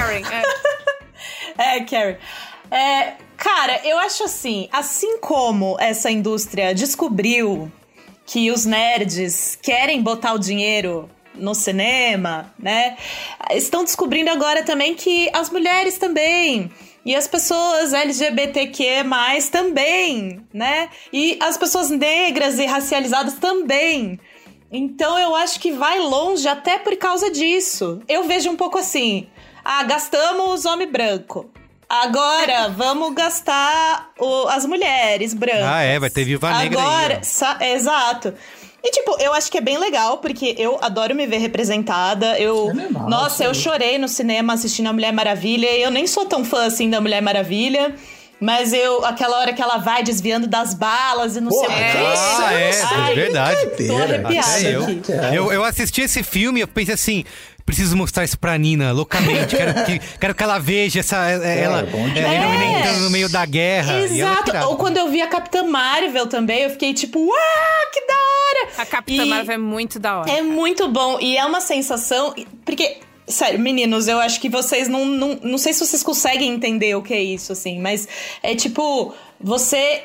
Karen. Cara, eu acho assim como essa indústria descobriu que os nerds querem botar o dinheiro no cinema, né? Estão descobrindo agora também que as mulheres também... E as pessoas LGBTQ+, também, né? E as pessoas negras e racializadas também. Então eu acho que vai longe até por causa disso. Eu vejo um pouco assim, gastamos homem branco. Agora vamos gastar as mulheres brancas. Vai ter Viúva Negra agora, aí. Exato. E, tipo, eu acho que é bem legal, porque eu adoro me ver representada. Nossa, eu chorei no cinema assistindo a Mulher Maravilha. E eu nem sou tão fã, assim, da Mulher Maravilha. Mas aquela hora que ela vai desviando das balas e não sei o que. É verdade. Tô arrepiada aqui. Eu assisti esse filme e eu pensei assim... Preciso mostrar isso pra Nina, loucamente. Quero que ela veja ela entrando no meio da guerra. Exato. Ou quando eu vi a Capitã Marvel também, eu fiquei tipo, uau, que da hora! A Capitã Marvel é muito da hora. É muito bom. E é uma sensação... Porque, sério, meninos, eu acho que vocês não sei se vocês conseguem entender o que é isso, assim. Mas é tipo, você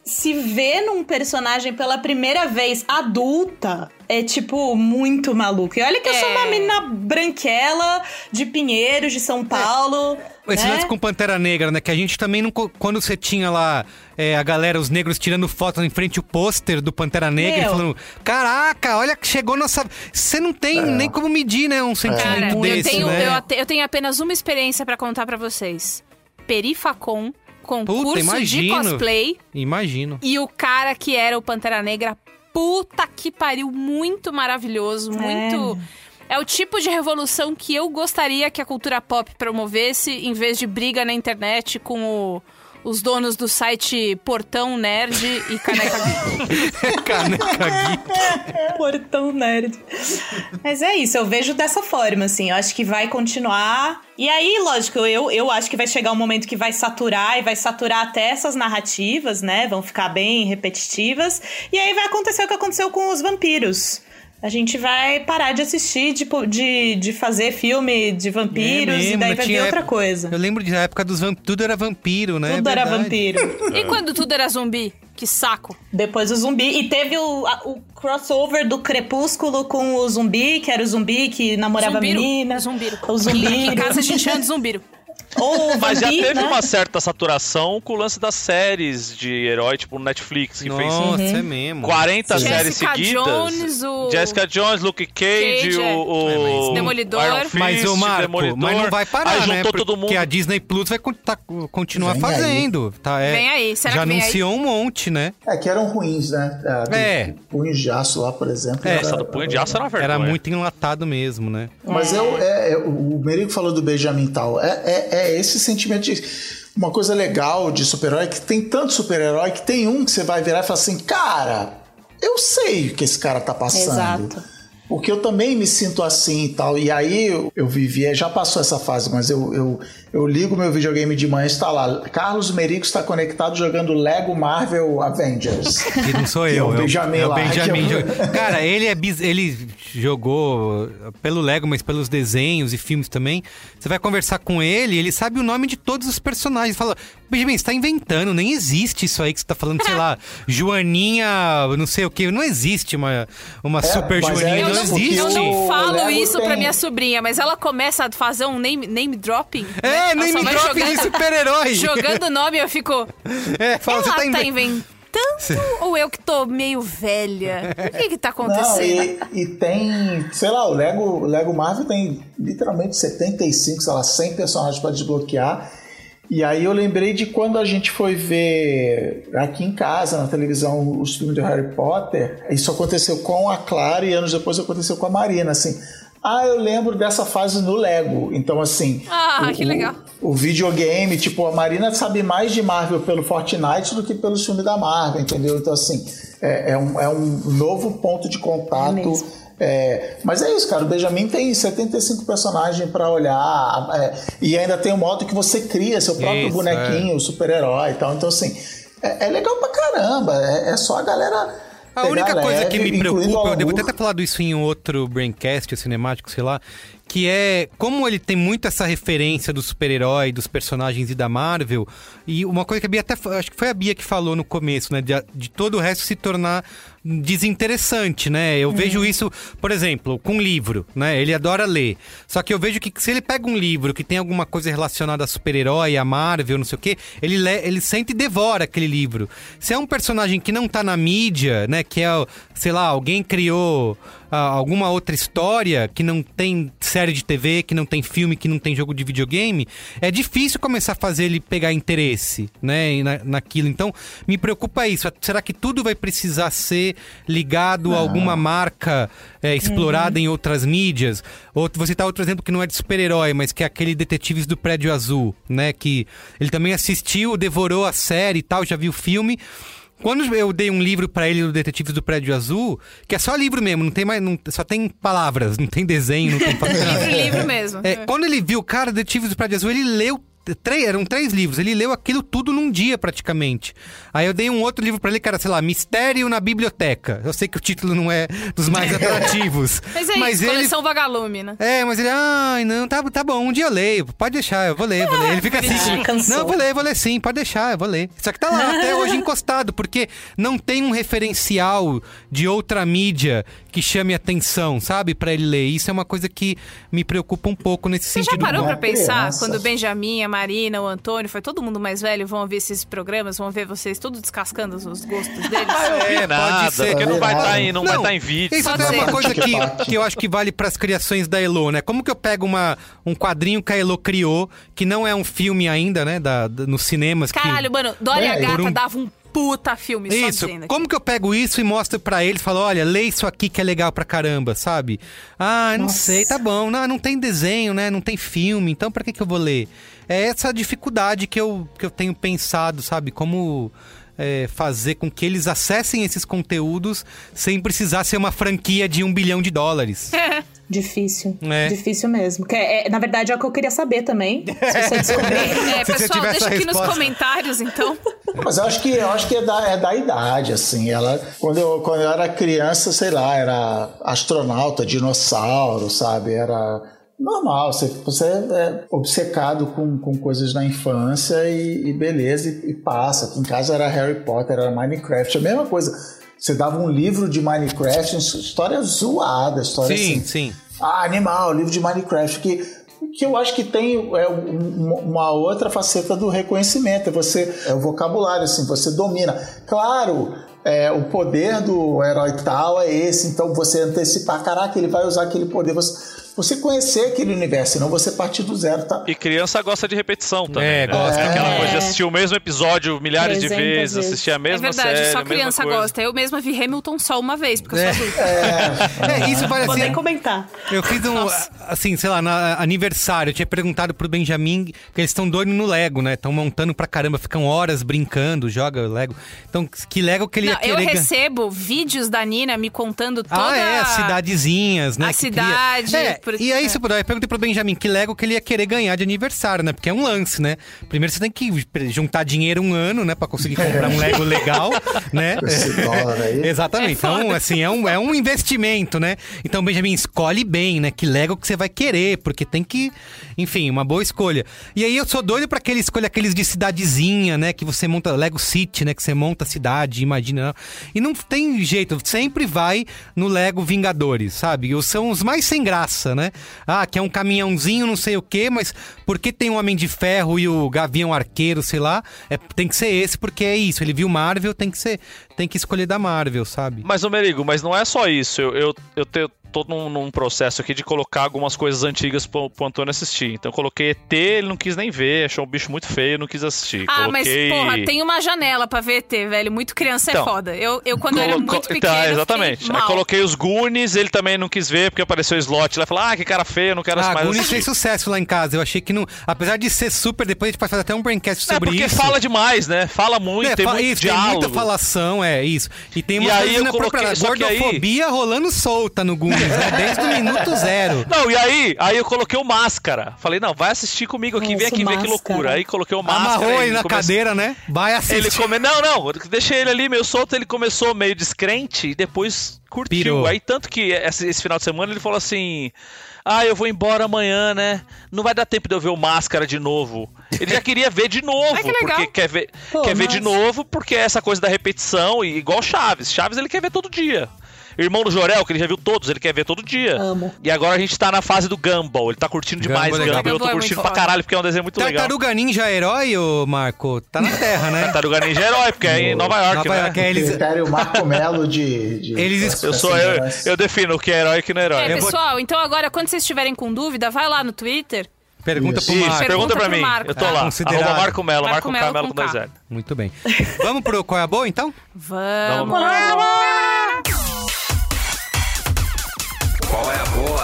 se ver num personagem pela primeira vez adulta é, tipo, muito maluco. E olha que eu sou uma menina branquela de Pinheiros, de São Paulo. Esse lance com Pantera Negra, né? Que a gente também não... Quando você tinha lá a galera, os negros tirando foto em frente ao pôster do Pantera Negra e falando: caraca, olha que chegou nossa... Você não tem nem como medir, né? Um sentimento desse, eu tenho apenas uma experiência pra contar pra vocês. Perifacon, concurso de cosplay. Imagino. E o cara que era o Pantera Negra, puta que pariu, muito maravilhoso, muito... É o tipo de revolução que eu gostaria que a cultura pop promovesse, em vez de briga na internet com os donos do site Portão Nerd e Caneca Geek. Caneca Geek. Portão Nerd. Mas é isso, eu vejo dessa forma, assim. Eu acho que vai continuar. E aí, lógico, eu acho que vai chegar um momento que vai saturar, e vai saturar até essas narrativas, né? Vão ficar bem repetitivas. E aí vai acontecer o que aconteceu com os vampiros. A gente vai parar de assistir, de fazer filme de vampiros, mesmo, e daí vai ver outra coisa. Eu lembro da época dos vampiros, tudo era vampiro, né? Tudo era vampiro. E quando tudo era zumbi? Que saco. Depois o zumbi. E teve o crossover do Crepúsculo com o zumbi, que era o zumbi que namorava a menina. O zumbiro. Aqui em casa a gente chama de zumbiro. Mas já teve uma certa saturação com o lance das séries de herói, tipo no Netflix, que fez é mesmo. 40 séries seguidas. Jessica Jones, Luke Cage, o Demolidor. Iron Fist, mas o Marco, Demolidor. mas não vai parar, aí né? Juntou todo mundo. Porque a Disney Plus vai continuar fazendo. Vem aí, será já que vem anunciou um monte, né? Que eram ruins, né? Punho de Aço lá, por exemplo. Essa do Punho de Aço era uma vergonha. Era muito enlatado mesmo, né? Mas o Merigo falou do Benjamin Tal. É esse sentimento de... Uma coisa legal de super-herói, que tem tanto super-herói que tem um que você vai virar e falar assim, cara, eu sei o que esse cara tá passando. Exato. Porque eu também me sinto assim e tal. E aí eu vivi, já passou essa fase, mas eu ligo meu videogame de manhã e está lá. Carlos Merigo está conectado jogando Lego Marvel Avengers. Que não sou eu. É o Benjamin lá. Cara, ele jogou pelo Lego, mas pelos desenhos e filmes também. Você vai conversar com ele sabe o nome de todos os personagens. Fala, Benjamin, você tá inventando, nem existe isso aí que você tá falando, sei lá, Joaninha, não sei o que. Não existe uma super Joaninha. Eu não falo isso pra minha sobrinha, mas ela começa a fazer um name dropping. Name dropping de super-herói. Jogando nome, eu fico... Fala, você tá inventando ou eu que tô meio velha? O que tá acontecendo? Não, e tem, sei lá, o Lego Marvel tem literalmente 75, sei lá, 100 personagens pra desbloquear. E aí eu lembrei de quando a gente foi ver aqui em casa, na televisão, os filmes do Harry Potter. Isso aconteceu com a Clara e anos depois aconteceu com a Marina, assim. Eu lembro dessa fase no Lego. Então, assim... que legal. O videogame, tipo, a Marina sabe mais de Marvel pelo Fortnite do que pelos filmes da Marvel, entendeu? Então, assim, é um novo ponto de contato... mas é isso, cara. O Benjamin tem 75 personagens pra olhar, e ainda tem o modo que você cria seu próprio bonequinho, o super-herói e tal. Então, assim, é legal pra caramba. É só a galera. A única coisa que me preocupa, eu devo até ter falado isso em outro Braincast, cinemático, sei lá, que é como ele tem muito essa referência do super-herói, dos personagens e da Marvel, e uma coisa que a Bia acho que foi a Bia que falou no começo, né, de todo o resto se tornar desinteressante, né? Eu vejo isso, por exemplo, com livro, né? Ele adora ler. Só que eu vejo que se ele pega um livro que tem alguma coisa relacionada a super-herói, a Marvel, não sei o quê, ele sente e devora aquele livro. Se é um personagem que não tá na mídia, né? Que é, sei lá, alguém criou alguma outra história que não tem série de TV, que não tem filme, que não tem jogo de videogame, é difícil começar a fazer ele pegar interesse, né, naquilo. Então, me preocupa isso. Será que tudo vai precisar ser ligado a alguma marca explorada em outras mídias? Ou você tá outro exemplo que não é de super-herói, mas que é aquele Detetives do Prédio Azul, né, que ele também assistiu, devorou a série e tal, já viu o filme. Quando eu dei um livro pra ele do Detetives do Prédio Azul, que é só livro mesmo, não tem mais, só tem palavras, não tem desenho, não tem livro mesmo. Quando ele viu, cara, Detetives do Prédio Azul, ele leu eram 3 livros. Ele leu aquilo tudo num dia, praticamente. Aí eu dei um outro livro pra ele, que era, sei lá, Mistério na Biblioteca. Eu sei que o título não é dos mais atrativos. Mas é coleção Vagalume, né? Mas ele, não, tá bom, um dia eu leio. Pode deixar, eu vou ler. Ele fica assim, não, eu vou ler sim, pode deixar, eu vou ler. Só que tá lá até hoje encostado, porque não tem um referencial de outra mídia que chame atenção, sabe? Pra ele ler. Isso é uma coisa que me preocupa um pouco nesse sentido. Você já parou pra pensar, quando o Benjamin, a Marina, o Antônio, foi todo mundo mais velho, vão ouvir esses programas, vão ver vocês todos descascando os gostos deles? Pode ser, porque não vai estar em vídeo. Isso é uma coisa que eu acho que vale pras criações da Elo, né? Como que eu pego um quadrinho que a Elo criou, que não é um filme ainda, né? Nos cinemas. Caralho, mano, Dora e a Gata dava um puta filme isso, como que eu pego isso e mostro pra eles, falo, olha, lê isso aqui que é legal pra caramba, sabe? Não sei, tá bom, não tem desenho, né, não tem filme, então pra que eu vou ler? É essa dificuldade que eu tenho pensado, sabe, como fazer com que eles acessem esses conteúdos sem precisar ser uma franquia de $1 bilhão. Difícil. Difícil mesmo. Na verdade, é o que eu queria saber também. Se você descobrir. Pessoal, deixa aqui nos comentários, então. Mas eu acho que é da idade, assim. Quando eu era criança, sei lá, era astronauta, dinossauro, sabe? Era normal. Você é obcecado com coisas da infância e beleza, e passa. Aqui em casa era Harry Potter, era Minecraft, a mesma coisa. Você dava um livro de Minecraft, história zoada, história assim. Sim. Animal, livro de Minecraft, que eu acho que tem uma outra faceta do reconhecimento. É o vocabulário, assim, você domina. Claro, o poder do herói tal é esse, então você antecipar, caraca, ele vai usar aquele poder, você conhecer aquele universo, senão você partir do zero, tá? E criança gosta de repetição também, né? Gosta. Aquela coisa de assistir o mesmo episódio milhares de vezes, assistir a mesma série. É verdade, só criança gosta. Eu mesma vi Hamilton só uma vez, porque eu sou adulta. Isso parece... Vou nem comentar. Eu fiz assim, sei lá, no aniversário, eu tinha perguntado pro Benjamin que eles estão doidos no Lego, né? Estão montando pra caramba, ficam horas brincando, joga Lego. Então, que Lego que ele ia querer... Eu recebo vídeos da Nina me contando toda... as cidadezinhas, né? A cidade... E aí, eu perguntei pro Benjamin que Lego que ele ia querer ganhar de aniversário, né? Porque é um lance, né? Primeiro você tem que juntar dinheiro um ano, né? Pra conseguir comprar um Lego legal, né? Esse dólar aí. Exatamente. Então, assim, é um investimento, né? Então, Benjamin, escolhe bem, né? Que Lego que você vai querer, porque tem que... Enfim, uma boa escolha. E aí eu sou doido pra que ele escolha aqueles de cidadezinha, né? Que você monta... Lego City, né? Que você monta a cidade, imagina. E não tem jeito. Sempre vai no Lego Vingadores, sabe? São os mais sem graça, né? Que é um caminhãozinho, não sei o quê, mas porque tem o Homem de Ferro e o Gavião Arqueiro, sei lá, tem que ser esse, porque é isso. Ele viu Marvel, tem que escolher da Marvel, sabe? Mas, Merigo, mas não é só isso. Eu tô num processo aqui de colocar algumas coisas antigas pro Antônio assistir. Então eu coloquei ET, ele não quis nem ver, achou um bicho muito feio, não quis assistir. Mas porra, tem uma janela pra ver ET, velho. Muito criança é foda. Eu quando eu era muito pequena, exatamente. Aí coloquei os Goonies, ele também não quis ver, porque apareceu o Slot lá e falou, que cara feio, eu não quero mais assistir. Goonies fez sucesso lá em casa. Eu achei que não... Apesar de ser super, depois a gente pode fazer até um braincast sobre isso. Porque fala demais, né? Fala muito, tem muito diálogo. Tem muita falação, isso. E tem uma coisa na própria gordofobia rolando solta no Goonies, né? Desde o minuto zero. Não, e aí eu coloquei o Máscara. Falei, não, vai assistir comigo aqui, vem aqui ver que loucura. Aí coloquei o Máscara. Amarrou ele na cadeira, né? Vai assistir. Não, deixei ele ali meio solto, ele começou meio descrente e depois curtiu. Pirou. Aí tanto que esse final de semana ele falou assim... eu vou embora amanhã, né? Não vai dar tempo de eu ver o Máscara de novo. Ele já queria ver de novo, porque quer ver de novo, porque é essa coisa da repetição, igual Chaves. Chaves ele quer ver todo dia. Irmão do Jorel, que ele já viu todos, ele quer ver todo dia. Amo. E agora a gente tá na fase do Gumball. Ele tá curtindo demais Gumball. Eu tô curtindo pra caralho, porque é um desenho muito legal. Tartaruga Ninja é herói, ô Marco? Tá na Terra, né? Tartaruga Ninja é herói, porque é em Nova York, né? Critério Marco Melo de... Eu defino o que é herói e o que não é herói. Pessoal, então agora, quando vocês estiverem com dúvida, vai lá no Twitter. Pergunta pro Marco. Pergunta pra mim. Marco. Eu tô lá. Arroba Marco Melo. Marco Melo com 2 L. Muito bem. Vamos pro Qual é a Boa, então? Vamos. Qual é a boa?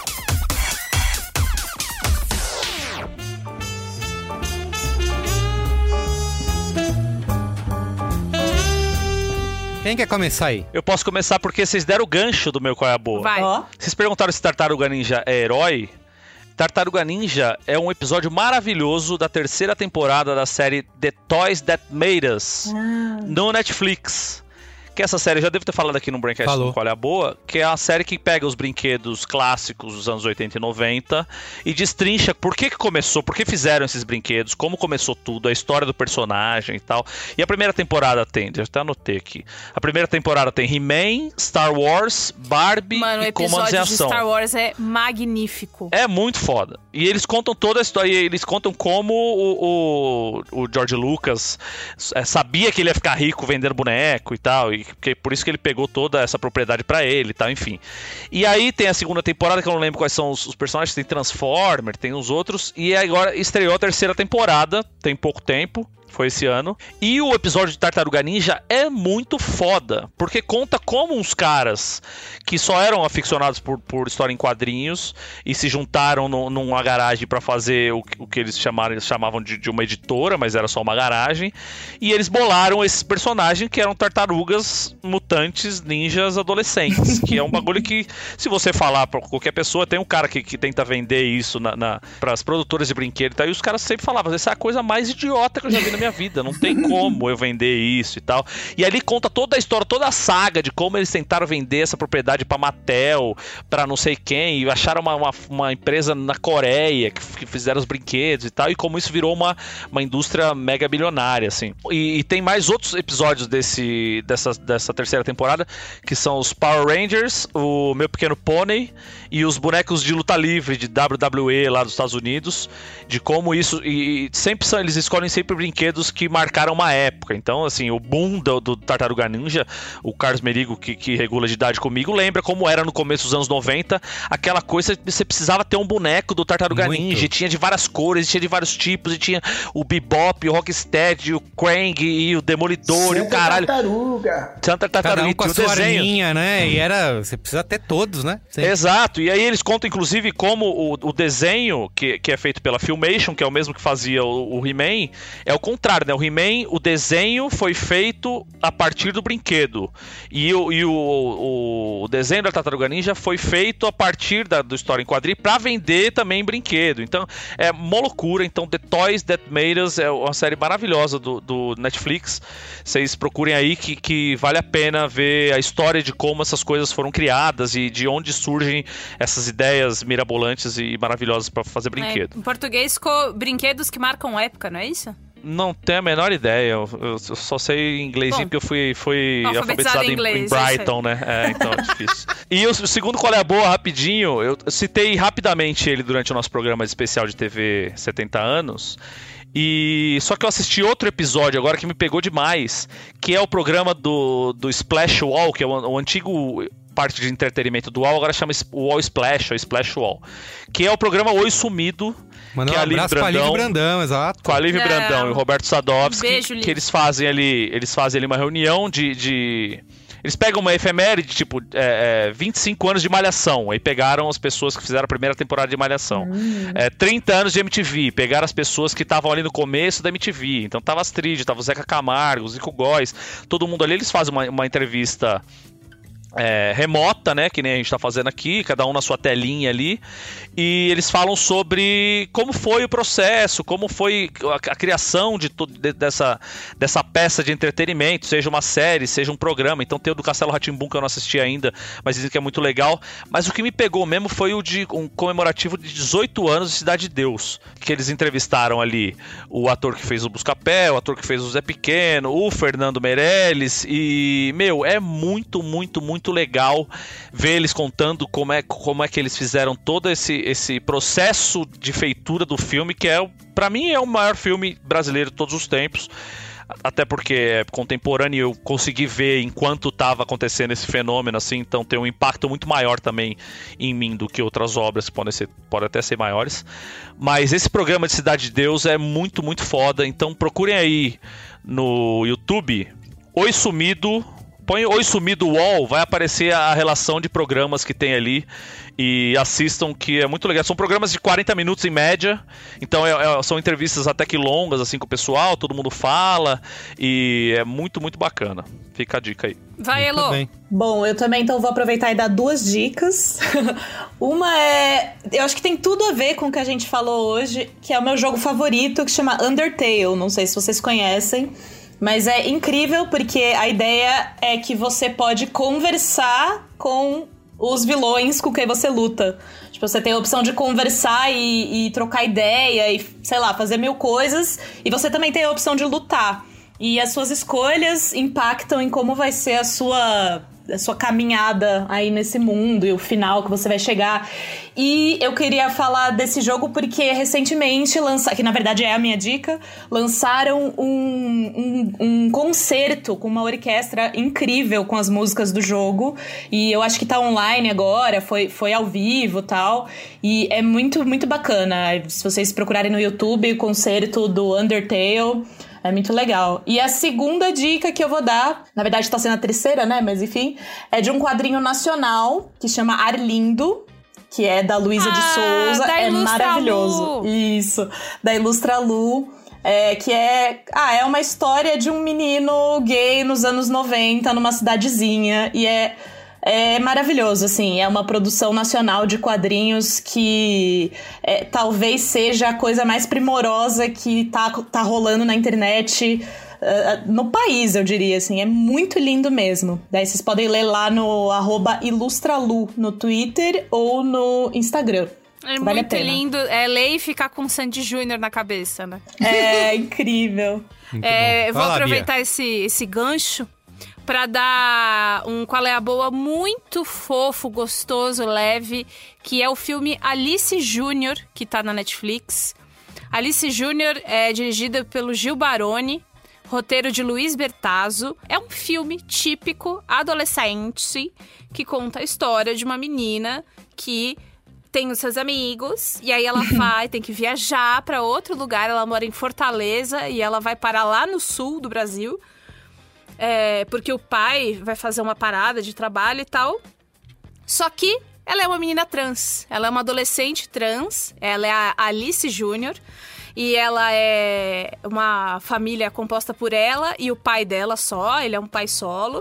Quem quer começar aí? Eu posso começar porque vocês deram o gancho do meu Qual é a Boa. Vai. Vocês perguntaram se Tartaruga Ninja é herói. Tartaruga Ninja é um episódio maravilhoso da terceira temporada da série The Toys That Made Us, no Netflix. Que essa série, já devo ter falado aqui no Braincast no Qual é a Boa, que é uma série que pega os brinquedos clássicos dos anos 80 e 90 e destrincha por que começou, por que fizeram esses brinquedos, como começou tudo, a história do personagem e tal. E a primeira temporada tem, eu até anotei aqui, a primeira temporada tem He-Man, Star Wars, Barbie e Comandos em Ação. Mano, o episódio de Star Wars é magnífico. É muito foda. E eles contam toda a história, eles contam como o George Lucas sabia que ele ia ficar rico vendendo boneco e tal, e por isso que ele pegou toda essa propriedade pra ele e tal, enfim. E aí tem a segunda temporada, que eu não lembro quais são os personagens, tem Transformer, tem os outros, e agora estreou a terceira temporada, tem pouco tempo, foi esse ano. E o episódio de Tartaruga Ninja é muito foda, porque conta como uns caras que só eram aficionados por história em quadrinhos e se juntaram numa garagem pra fazer o que eles chamavam de uma editora, mas era só uma garagem, e eles bolaram esses personagens que eram tartarugas mutantes ninjas adolescentes, que é um bagulho que, se você falar pra qualquer pessoa, tem um cara que tenta vender isso pras produtoras de brinquedo e tal, e os caras sempre falavam, essa é a coisa mais idiota que eu já vi na minha vida, não tem como eu vender isso e tal. E ali conta toda a história, toda a saga de como eles tentaram vender essa propriedade pra Mattel, pra não sei quem, e acharam uma empresa na Coreia que fizeram os brinquedos e tal, e como isso virou uma indústria mega bilionária, assim. E tem mais outros episódios dessa terceira temporada, que são os Power Rangers, o Meu Pequeno Pônei e os bonecos de luta livre de WWE lá dos Estados Unidos, de como isso, e sempre eles escolhem sempre brinquedos que marcaram uma época. Então, assim, o boom do Tartaruga Ninja, o Carlos Merigo, que regula de idade comigo, lembra como era no começo dos anos 90, aquela coisa, você precisava ter um boneco do Tartaruga Ninja, e tinha de várias cores, e tinha de vários tipos, e tinha o Bebop, o Rocksteady, o Krang, e o Demolidor, e o caralho. Santa Tartaruga. Cada um com a sua linha, né? E você precisa ter todos, né? Sim. Exato. E aí eles contam, inclusive, como o desenho, que é feito pela Filmation, que é o mesmo que fazia o He-Man, é o contrário, né? O He-Man, o desenho foi feito a partir do brinquedo. E o desenho da Tartaruga Ninja foi feito a partir do história em quadrinho pra vender também brinquedo. Então, é uma loucura. Então, The Toys That Made Us é uma série maravilhosa do Netflix. Vocês procurem aí que vale a pena ver a história de como essas coisas foram criadas e de onde surgem essas ideias mirabolantes e maravilhosas pra fazer brinquedo. Em português ficou brinquedos que marcam época, não é isso? Não tenho a menor ideia, eu só sei inglesinho porque eu fui alfabetizado em Brighton, né? Então é difícil. E o segundo Qual é a Boa, rapidinho, eu citei rapidamente ele durante o nosso programa especial de TV 70 anos, só que eu assisti outro episódio agora que me pegou demais, que é o programa do Splash Wall, que é o antigo parte de entretenimento do Wall, agora chama Wall Splash, ou Splash Wall, que é o programa Oi Sumido, que é a Lívia Brandão, com a Lívia Brandão, exato. Com a Lívia Brandão e o Roberto Sadovski, que eles fazem ali uma reunião de eles pegam uma efeméride, tipo, 25 anos de Malhação, aí pegaram as pessoas que fizeram a primeira temporada de Malhação. 30 anos de MTV, pegaram as pessoas que estavam ali no começo da MTV, então tava Astrid, tava o Zeca Camargo, o Zico Góes, todo mundo ali, eles fazem uma entrevista remota, né, que nem a gente tá fazendo aqui, cada um na sua telinha ali, e eles falam sobre como foi o processo, como foi a criação dessa peça de entretenimento, seja uma série, seja um programa. Então tem o do Castelo Rá-Tim-Bum, que eu não assisti ainda, mas dizem que é muito legal. Mas o que me pegou mesmo foi o de um comemorativo de 18 anos de Cidade de Deus, que eles entrevistaram ali o ator que fez o Buscapé, o ator que fez o Zé Pequeno, o Fernando Meirelles, e, é muito, muito, muito legal ver eles contando como é que eles fizeram todo esse processo de feitura do filme, que pra mim é o maior filme brasileiro de todos os tempos, até porque é contemporâneo e eu consegui ver enquanto estava acontecendo esse fenômeno, assim, então tem um impacto muito maior também em mim do que outras obras que podem até ser maiores. Mas esse programa de Cidade de Deus é muito, muito foda, então procurem aí no YouTube Oi Sumido. Põe Oi Sumido Wall, vai aparecer a relação de programas que tem ali, e assistam, que é muito legal. São programas de 40 minutos em média, então são entrevistas até que longas assim com o pessoal, todo mundo fala, e é muito, muito bacana. Fica a dica aí. Vai, Elô. Bom, eu também então vou aproveitar e dar 2 dicas. Uma é... Eu acho que tem tudo a ver com o que a gente falou hoje, que é o meu jogo favorito, que chama Undertale. Não sei se vocês conhecem, mas é incrível porque a ideia é que você pode conversar com os vilões com quem você luta. Tipo, você tem a opção de conversar e trocar ideia e, sei lá, fazer 1000 coisas. E você também tem a opção de lutar. E as suas escolhas impactam em como vai ser a sua caminhada aí nesse mundo e o final que você vai chegar. E eu queria falar desse jogo porque recentemente que na verdade é a minha dica, lançaram um concerto com uma orquestra incrível com as músicas do jogo. E eu acho que tá online agora, foi ao vivo e tal. E é muito, muito bacana. Se vocês procurarem no YouTube o concerto do Undertale, é muito legal. E a segunda dica que eu vou dar, na verdade tá sendo a terceira, né? Mas enfim, é de um quadrinho nacional que chama Arlindo, que é da Luísa de Souza. É maravilhoso. Lu. Isso, da Ilustra Lu. Que é uma história de um menino gay nos anos 90 numa cidadezinha. E é maravilhoso, assim. É uma produção nacional de quadrinhos que talvez seja a coisa mais primorosa que tá rolando na internet no país, eu diria, assim. É muito lindo mesmo. Daí vocês podem ler lá no @ilustralu no Twitter ou no Instagram. É vale muito lindo. É ler e ficar com Sandy Júnior na cabeça, né? É incrível. Vou aproveitar esse gancho pra dar um qual é a boa muito fofo, gostoso, leve, que é o filme Alice Júnior, que tá na Netflix. Alice Júnior é dirigida pelo Gil Baroni, roteiro de Luiz Bertazzo. É um filme típico adolescente que conta a história de uma menina que tem os seus amigos, e aí ela tem que viajar pra outro lugar. Ela mora em Fortaleza e ela vai parar lá no sul do Brasil. Porque o pai vai fazer uma parada de trabalho e tal. Só que ela é uma menina trans. Ela é uma adolescente trans. Ela é a Alice Júnior. E ela é uma família composta por ela e o pai dela só. Ele é um pai solo.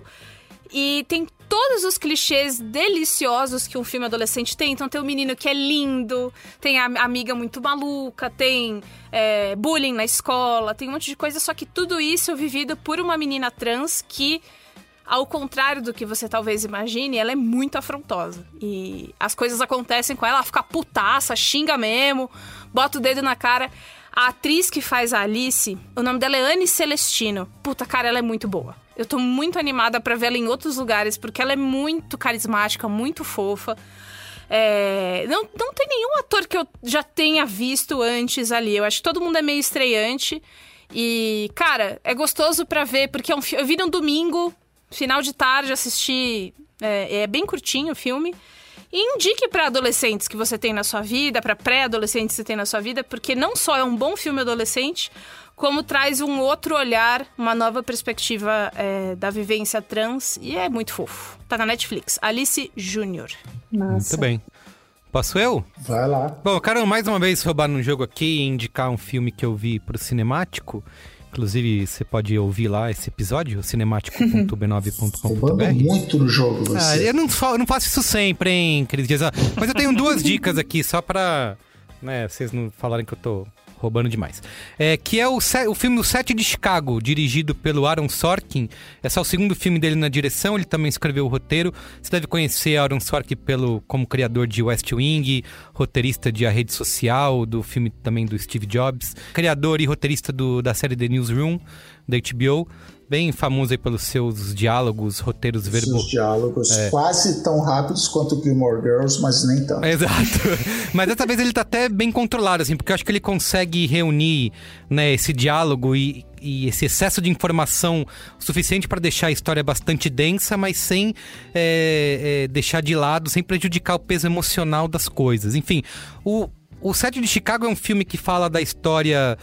E tem todos os clichês deliciosos que um filme adolescente tem. Então tem o menino que é lindo, tem a amiga muito maluca, tem bullying na escola, tem um monte de coisa. Só que tudo isso vivido por uma menina trans que, ao contrário do que você talvez imagine, ela é muito afrontosa. E as coisas acontecem com ela fica putaça, xinga mesmo, bota o dedo na cara. A atriz que faz a Alice, o nome dela é Anne Celestino. Puta, cara, ela é muito boa. Eu tô muito animada pra ver ela em outros lugares, porque ela é muito carismática, muito fofa. Não tem nenhum ator que eu já tenha visto antes ali. Eu acho que todo mundo é meio estreante. E, cara, é gostoso pra ver, porque eu vi num domingo, final de tarde, assisti. É bem curtinho o filme. E indique pra adolescentes que você tem na sua vida, pra pré-adolescentes que você tem na sua vida, porque não só é um bom filme adolescente, como traz um outro olhar, uma nova perspectiva da vivência trans, e é muito fofo. Tá na Netflix, Alice Júnior. Muito bem. Posso eu? Vai lá. Bom, eu quero mais uma vez roubar no jogo aqui e indicar um filme que eu vi pro Cinemático. Inclusive, você pode ouvir lá esse episódio, cinemático.b9.com.br. Roubando muito no jogo, você. Eu não faço isso sempre, hein, Cris Dias. Mas eu tenho 2 dicas aqui, só pra vocês não falarem que eu tô roubando demais. Que é o filme O Sete de Chicago, dirigido pelo Aaron Sorkin. É só o segundo filme dele na direção, ele também escreveu o roteiro. Você deve conhecer Aaron Sorkin como criador de West Wing, roteirista de A Rede Social, do filme também do Steve Jobs, criador e roteirista da série The Newsroom, da HBO. Bem famoso aí pelos seus diálogos, roteiros Seus diálogos quase tão rápidos quanto Gilmore Girls, mas nem tanto. Exato. Mas dessa vez ele tá até bem controlado, assim, porque eu acho que ele consegue reunir, esse diálogo e esse excesso de informação suficiente para deixar a história bastante densa, mas sem deixar de lado, sem prejudicar o peso emocional das coisas. Enfim, O Sete de Chicago é um filme que fala da história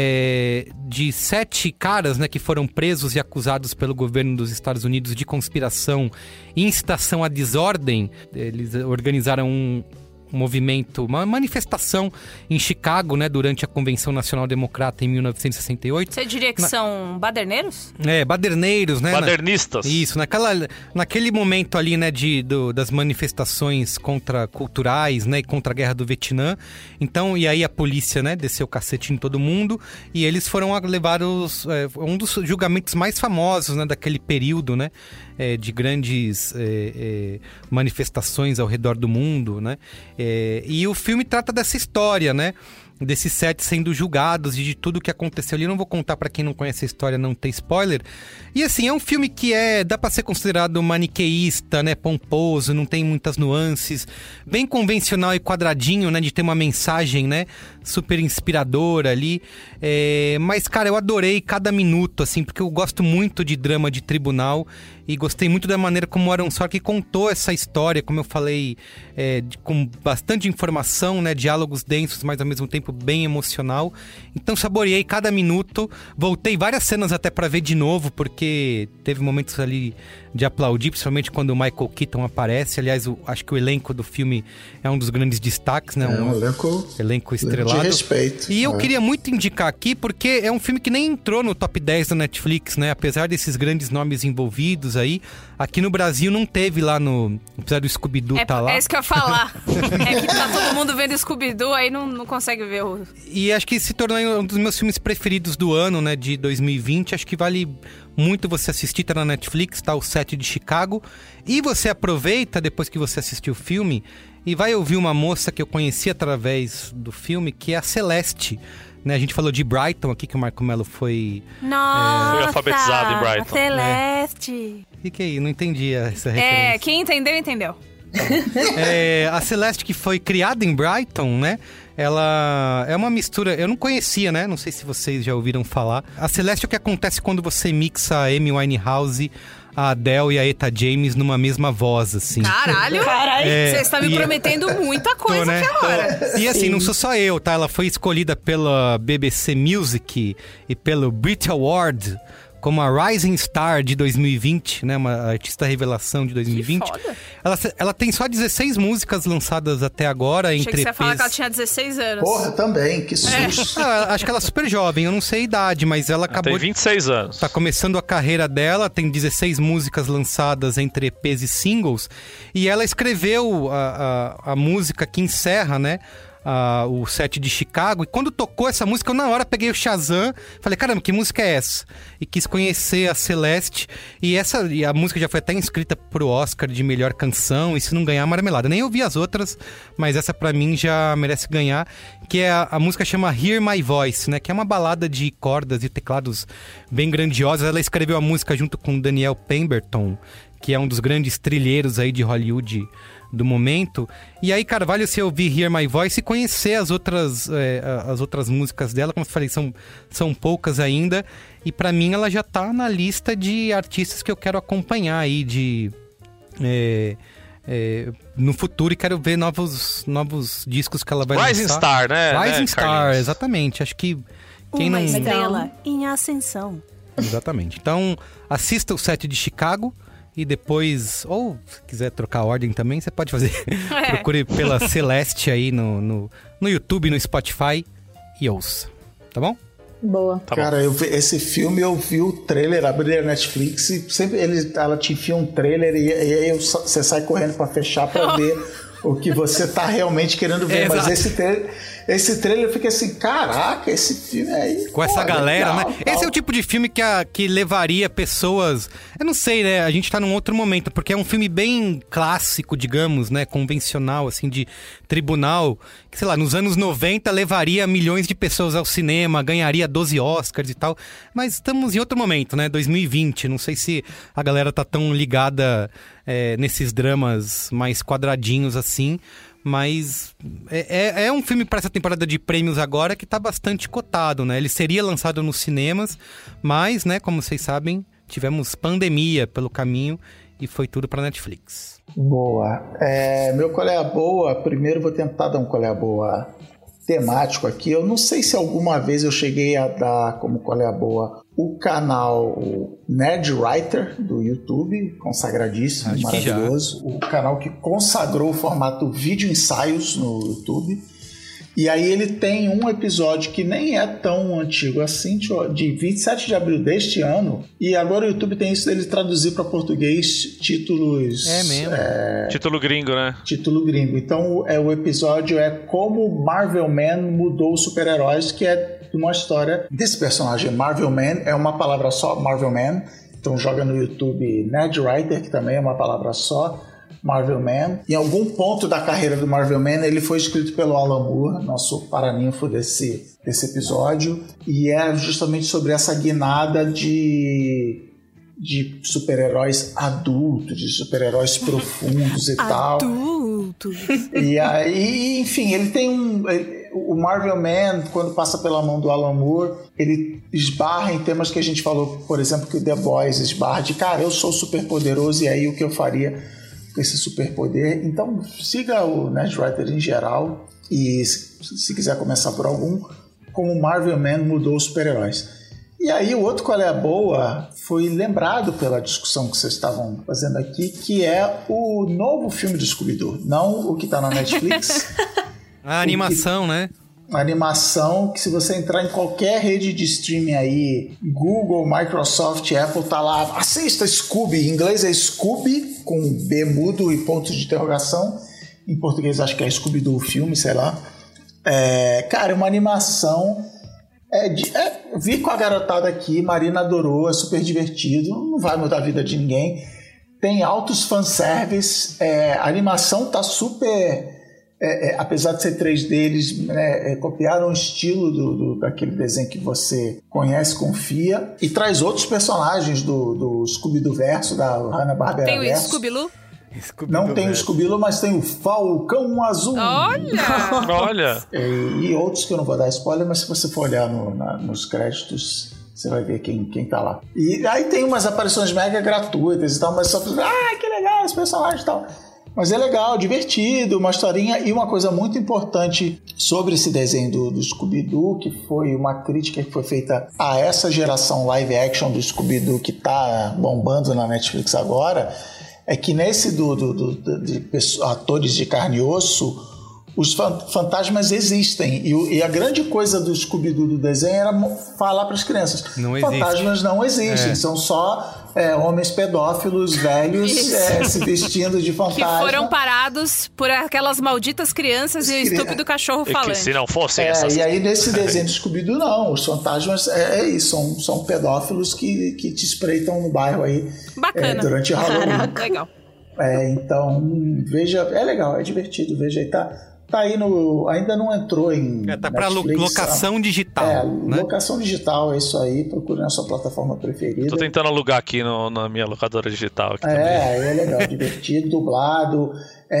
de 7 caras, que foram presos e acusados pelo governo dos Estados Unidos de conspiração e incitação à desordem. Eles organizaram movimento, uma manifestação em Chicago, né, durante a Convenção Nacional Democrata em 1968. Você diria que são baderneiros? Baderneiros, né? Badernistas. Isso, naquele momento ali, né, das manifestações culturais, né, e contra a Guerra do Vietnã. Então, e aí a polícia, né, desceu o cacete em todo mundo e eles foram levar um dos julgamentos mais famosos, né, daquele período, né, de grandes manifestações ao redor do mundo, né? E o filme trata dessa história, né? Desses 7 sendo julgados e de tudo que aconteceu ali. Eu não vou contar pra quem não conhece a história, não ter spoiler. E assim, é um filme que dá pra ser considerado maniqueísta, né? Pomposo, não tem muitas nuances. Bem convencional e quadradinho, né? De ter uma mensagem, né? Super inspiradora ali. Mas, cara, eu adorei cada minuto, assim, porque eu gosto muito de drama de tribunal. E gostei muito da maneira como o Aaron Sorkin contou essa história, como eu falei, com bastante informação, né? Diálogos densos, mas ao mesmo tempo bem emocional. Então saboreei cada minuto. Voltei várias cenas até pra ver de novo, porque teve momentos ali de aplaudir, principalmente quando o Michael Keaton aparece. Aliás, acho que o elenco do filme é um dos grandes destaques, né? Um elenco estrelado. De respeito. E eu queria muito indicar aqui, porque é um filme que nem entrou no top 10 da Netflix, né? Apesar desses grandes nomes envolvidos aí, aqui no Brasil não teve lá no... Apesar do Scooby-Doo tá lá. É isso que eu ia falar. É que tá todo mundo vendo Scooby-Doo, aí não consegue ver o... E acho que se tornou um dos meus filmes preferidos do ano, né? De 2020. Acho que vale muito você assistir, tá na Netflix, tá? O 7 de Chicago. E você aproveita, depois que você assistiu o filme, e vai ouvir uma moça que eu conheci através do filme, que é a Celeste. Né, a gente falou de Brighton aqui, que o Marco Mello foi... Nossa! Foi alfabetizado em Brighton. Celeste! Fica aí, não entendi essa referência. Quem entendeu, entendeu. A Celeste, que foi criada em Brighton, né? Ela é uma mistura... Eu não conhecia, né? Não sei se vocês já ouviram falar. A Celeste é o que acontece quando você mixa a Amy Winehouse, a Adele e a Etta James numa mesma voz, assim. Caralho! Você está me prometendo muita coisa né? aqui agora. E assim, não sou só eu, tá? Ela foi escolhida pela BBC Music e pelo Brit Award como a Rising Star de 2020, né? Uma artista revelação de 2020. Que foda. Ela tem só 16 músicas lançadas até agora. Achei entre que você ia EPs. falar que ela tinha 16 anos. Porra, também, que susto. Acho que ela é super jovem, eu não sei a idade, mas ela acabou... Tem 26 anos. Tá começando a carreira dela, tem 16 músicas lançadas entre EPs e singles. E ela escreveu a música que encerra, né? O 7 de Chicago. E quando tocou essa música, eu na hora peguei o Shazam, falei, caramba, que música é essa? E quis conhecer a Celeste. E a música já foi até inscrita pro Oscar de melhor canção, e se não ganhar, marmelada. Nem ouvi as outras, mas essa pra mim já merece ganhar, que é a música chama Hear My Voice, né? Que é uma balada de cordas e teclados bem grandiosa. Ela escreveu a música junto com Daniel Pemberton, que é um dos grandes trilheiros aí de Hollywood do momento. E aí, cara, vale você ouvir Hear My Voice e conhecer as outras músicas dela. Como eu falei, são poucas ainda. E pra mim ela já tá na lista de artistas que eu quero acompanhar aí no futuro, e quero ver novos discos que ela vai lançar. Rising Star, né? Rising Star, exatamente. Acho que quem uma não... estrela em ascensão. Exatamente. Então, assista o 7 de Chicago. E depois, ou se quiser trocar a ordem também, você pode fazer. Procure pela Celeste aí no YouTube, no Spotify e ouça. Tá bom? Boa. Tá cara, esse filme eu vi o trailer, abri a Netflix e sempre ela te enfia um trailer e aí você sai correndo pra fechar pra ver o que você tá realmente querendo ver. Mas esse trailer fica assim, caraca, esse filme aí... Com essa galera, legal, né? Esse é o tipo de filme que levaria pessoas... Eu não sei, né? A gente tá num outro momento, porque é um filme bem clássico, digamos, né? Convencional, assim, de tribunal. Que, sei lá, nos anos 90 levaria milhões de pessoas ao cinema, ganharia 12 Oscars e tal. Mas estamos em outro momento, né? 2020. Não sei se a galera tá tão ligada nesses dramas mais quadradinhos, assim... Mas é um filme para essa temporada de prêmios agora que tá bastante cotado, né? Ele seria lançado nos cinemas, mas, né, como vocês sabem, tivemos pandemia pelo caminho e foi tudo pra Netflix. Boa. Meu qual é a boa? Primeiro vou tentar dar um qual é a boa temático aqui. Eu não sei se alguma vez eu cheguei a dar, como qual é a boa, o canal Nerd Writer do YouTube, consagradíssimo, acho maravilhoso. O canal que consagrou o formato vídeo ensaios no YouTube. E aí ele tem um episódio que nem é tão antigo assim, de 27 de abril deste ano. E agora o YouTube tem isso dele traduzir para português títulos... É mesmo? Título gringo, né? Título gringo. Então o episódio é Como Marvel Man Mudou os Super-Heróis, que é uma história desse personagem. Marvel Man é uma palavra só, Marvel Man. Então joga no YouTube Nerd Writer, que também é uma palavra só. Marvel Man. Em algum ponto da carreira do Marvel Man, ele foi escrito pelo Alan Moore, nosso paraninfo desse episódio, e é justamente sobre essa guinada de super-heróis adultos, de super-heróis profundos e tal. Adultos! E aí, enfim, ele tem o Marvel Man, quando passa pela mão do Alan Moore, ele esbarra em temas que a gente falou, por exemplo, que o The Boys esbarra de, cara, eu sou super poderoso, e aí o que eu faria esse superpoder. Então siga o Nerd Writer em geral e se quiser começar por algum, como Marvel Man mudou os super-heróis. E aí o outro qual é a boa foi lembrado pela discussão que vocês estavam fazendo aqui, que é o novo filme do Scooby-Doo, não o que está na Netflix. A animação, né? Uma animação que, se você entrar em qualquer rede de streaming aí, Google, Microsoft, Apple, tá lá, assista Scooby. Em inglês é Scooby, com B mudo e ponto de interrogação. Em português acho que é Scooby-Doo filme, sei lá. Cara, uma animação... vi com a garotada aqui, Marina adorou, é super divertido, não vai mudar a vida de ninguém. Tem altos fanservice, a animação tá super... apesar de ser 3D, eles copiaram o estilo daquele desenho que você conhece, confia, e traz outros personagens do Scooby-Doo verso, da Hanna-Barbera verso. Tem o Scooby-Doo? Não tem o Scooby-Doo, mas tem o Falcão Azul. Olha! E outros que eu não vou dar spoiler, mas se você for olhar nos créditos, você vai ver quem tá lá. E aí tem umas aparições mega gratuitas e tal, mas só que legal esse personagem e tal. Mas é legal, divertido, uma historinha. E uma coisa muito importante sobre esse desenho do Scooby-Doo, que foi uma crítica que foi feita a essa geração live action do Scooby-Doo que tá bombando na Netflix agora, é que nesse de atores de carne e osso, os fantasmas existem. E a grande coisa do Scooby-Doo do desenho era falar para as crianças. Fantasmas não existem, são só homens pedófilos velhos se vestindo de fantasma. Que foram parados por aquelas malditas crianças e o estúpido cachorro falando. Que se não fossem essas... E aí nesse desenho do Scooby-Doo não, os fantasmas isso, são pedófilos que te espreitam no bairro aí. Bacana. Durante Halloween. Legal. Então, veja, é legal, é divertido, veja aí, tá aí ainda não entrou em tá pra locação digital, né? Locação digital, é isso aí, procure na sua plataforma preferida. Tô tentando alugar aqui na minha locadora digital aqui também. É legal, divertido, dublado.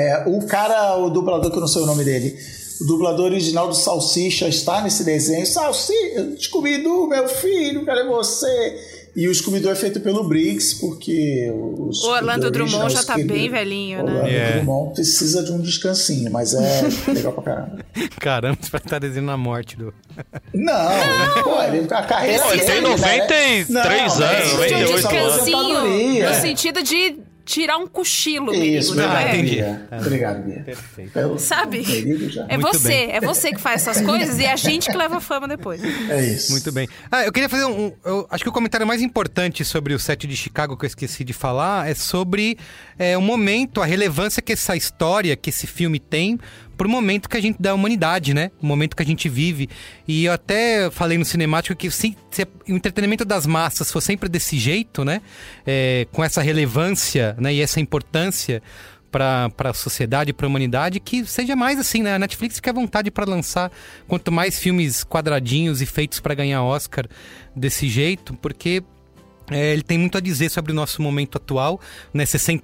O dublador, que eu não sei o nome dele, o dublador original do Salsicha está nesse desenho. Salsicha, Scooby-Doo, meu filho, cadê você? E o Scooby-Doo é feito pelo Briggs, porque o Orlando Drummond já tá bem velhinho, né? O Orlando Drummond precisa de um descansinho, mas é legal pra caramba. Caramba, você vai estar desenhando na morte do... Não. A carreira dele... Ele tem 93 anos, 98 anos. No sentido de tirar um cochilo. Isso, entendi. Obrigado, Bia. Perfeito. Sabe? É você que faz essas coisas e a gente que leva a fama depois. É isso. Muito bem. Eu queria fazer acho que o comentário mais importante sobre o set de Chicago que eu esqueci de falar é sobre o momento, a relevância que essa história, que esse filme tem pro momento que a gente da humanidade, né? O momento que a gente vive. E eu até falei no Cinemático que se o entretenimento das massas for sempre desse jeito, né? Com essa relevância, né? E essa importância para a sociedade, para a humanidade, que seja mais assim, né? A Netflix fica à vontade para lançar quanto mais filmes quadradinhos e feitos para ganhar Oscar desse jeito, porque... ele tem muito a dizer sobre o nosso momento atual, né?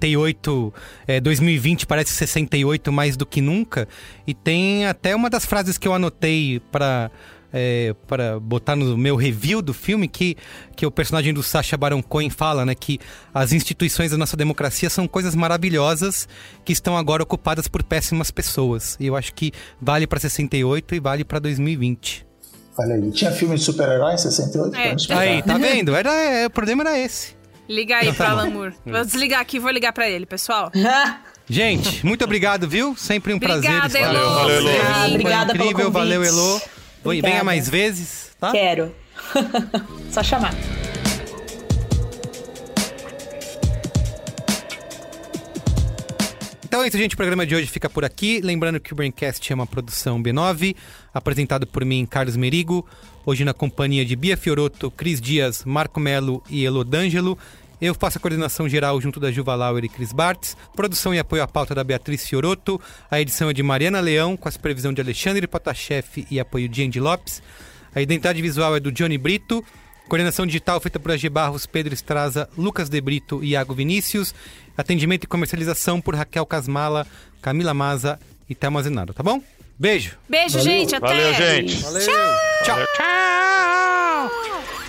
2020 parece 68 mais do que nunca. E tem até uma das frases que eu anotei para para botar no meu review do filme, que o personagem do Sacha Baron Cohen fala, né, que as instituições da nossa democracia são coisas maravilhosas que estão agora ocupadas por péssimas pessoas. E eu acho que vale para 68 e vale para 2020. Olha aí, tinha filme de super-herói em 68? Aí, tá vendo? O problema era esse. Liga aí pro Alan Moore. Vou desligar aqui e vou ligar pra ele, pessoal. Gente, muito obrigado, viu? Sempre um prazer. Obrigada, Elô. Valeu, Elô. Obrigada pelo incrível, convite. valeu, Elô. Obrigada. Venha mais vezes, tá? Quero. Só chamar. Então é isso, gente. O programa de hoje fica por aqui. Lembrando que o Braincast é uma produção B9, apresentado por mim, Carlos Merigo. Hoje na companhia de Bia Fiorotto, Cris Dias, Marco Melo e Elô D'Angelo. Eu faço a coordenação geral junto da Juva Lauer e Cris Bartz. Produção e apoio à pauta da Beatriz Fiorotto. A edição é de Mariana Leão, com a supervisão de Alexandre Potashev e apoio de Andy Lopes. A identidade visual é do Johnny Brito. Coordenação digital feita por AG Barros, Pedro Estraza, Lucas De Brito e Iago Vinícius. Atendimento e comercialização por Raquel Casmala, Camila Maza e Thelma Zenaro, tá bom? Beijo! Beijo, gente! Até! Valeu, gente! Valeu! Tchau! Tchau! Tchau!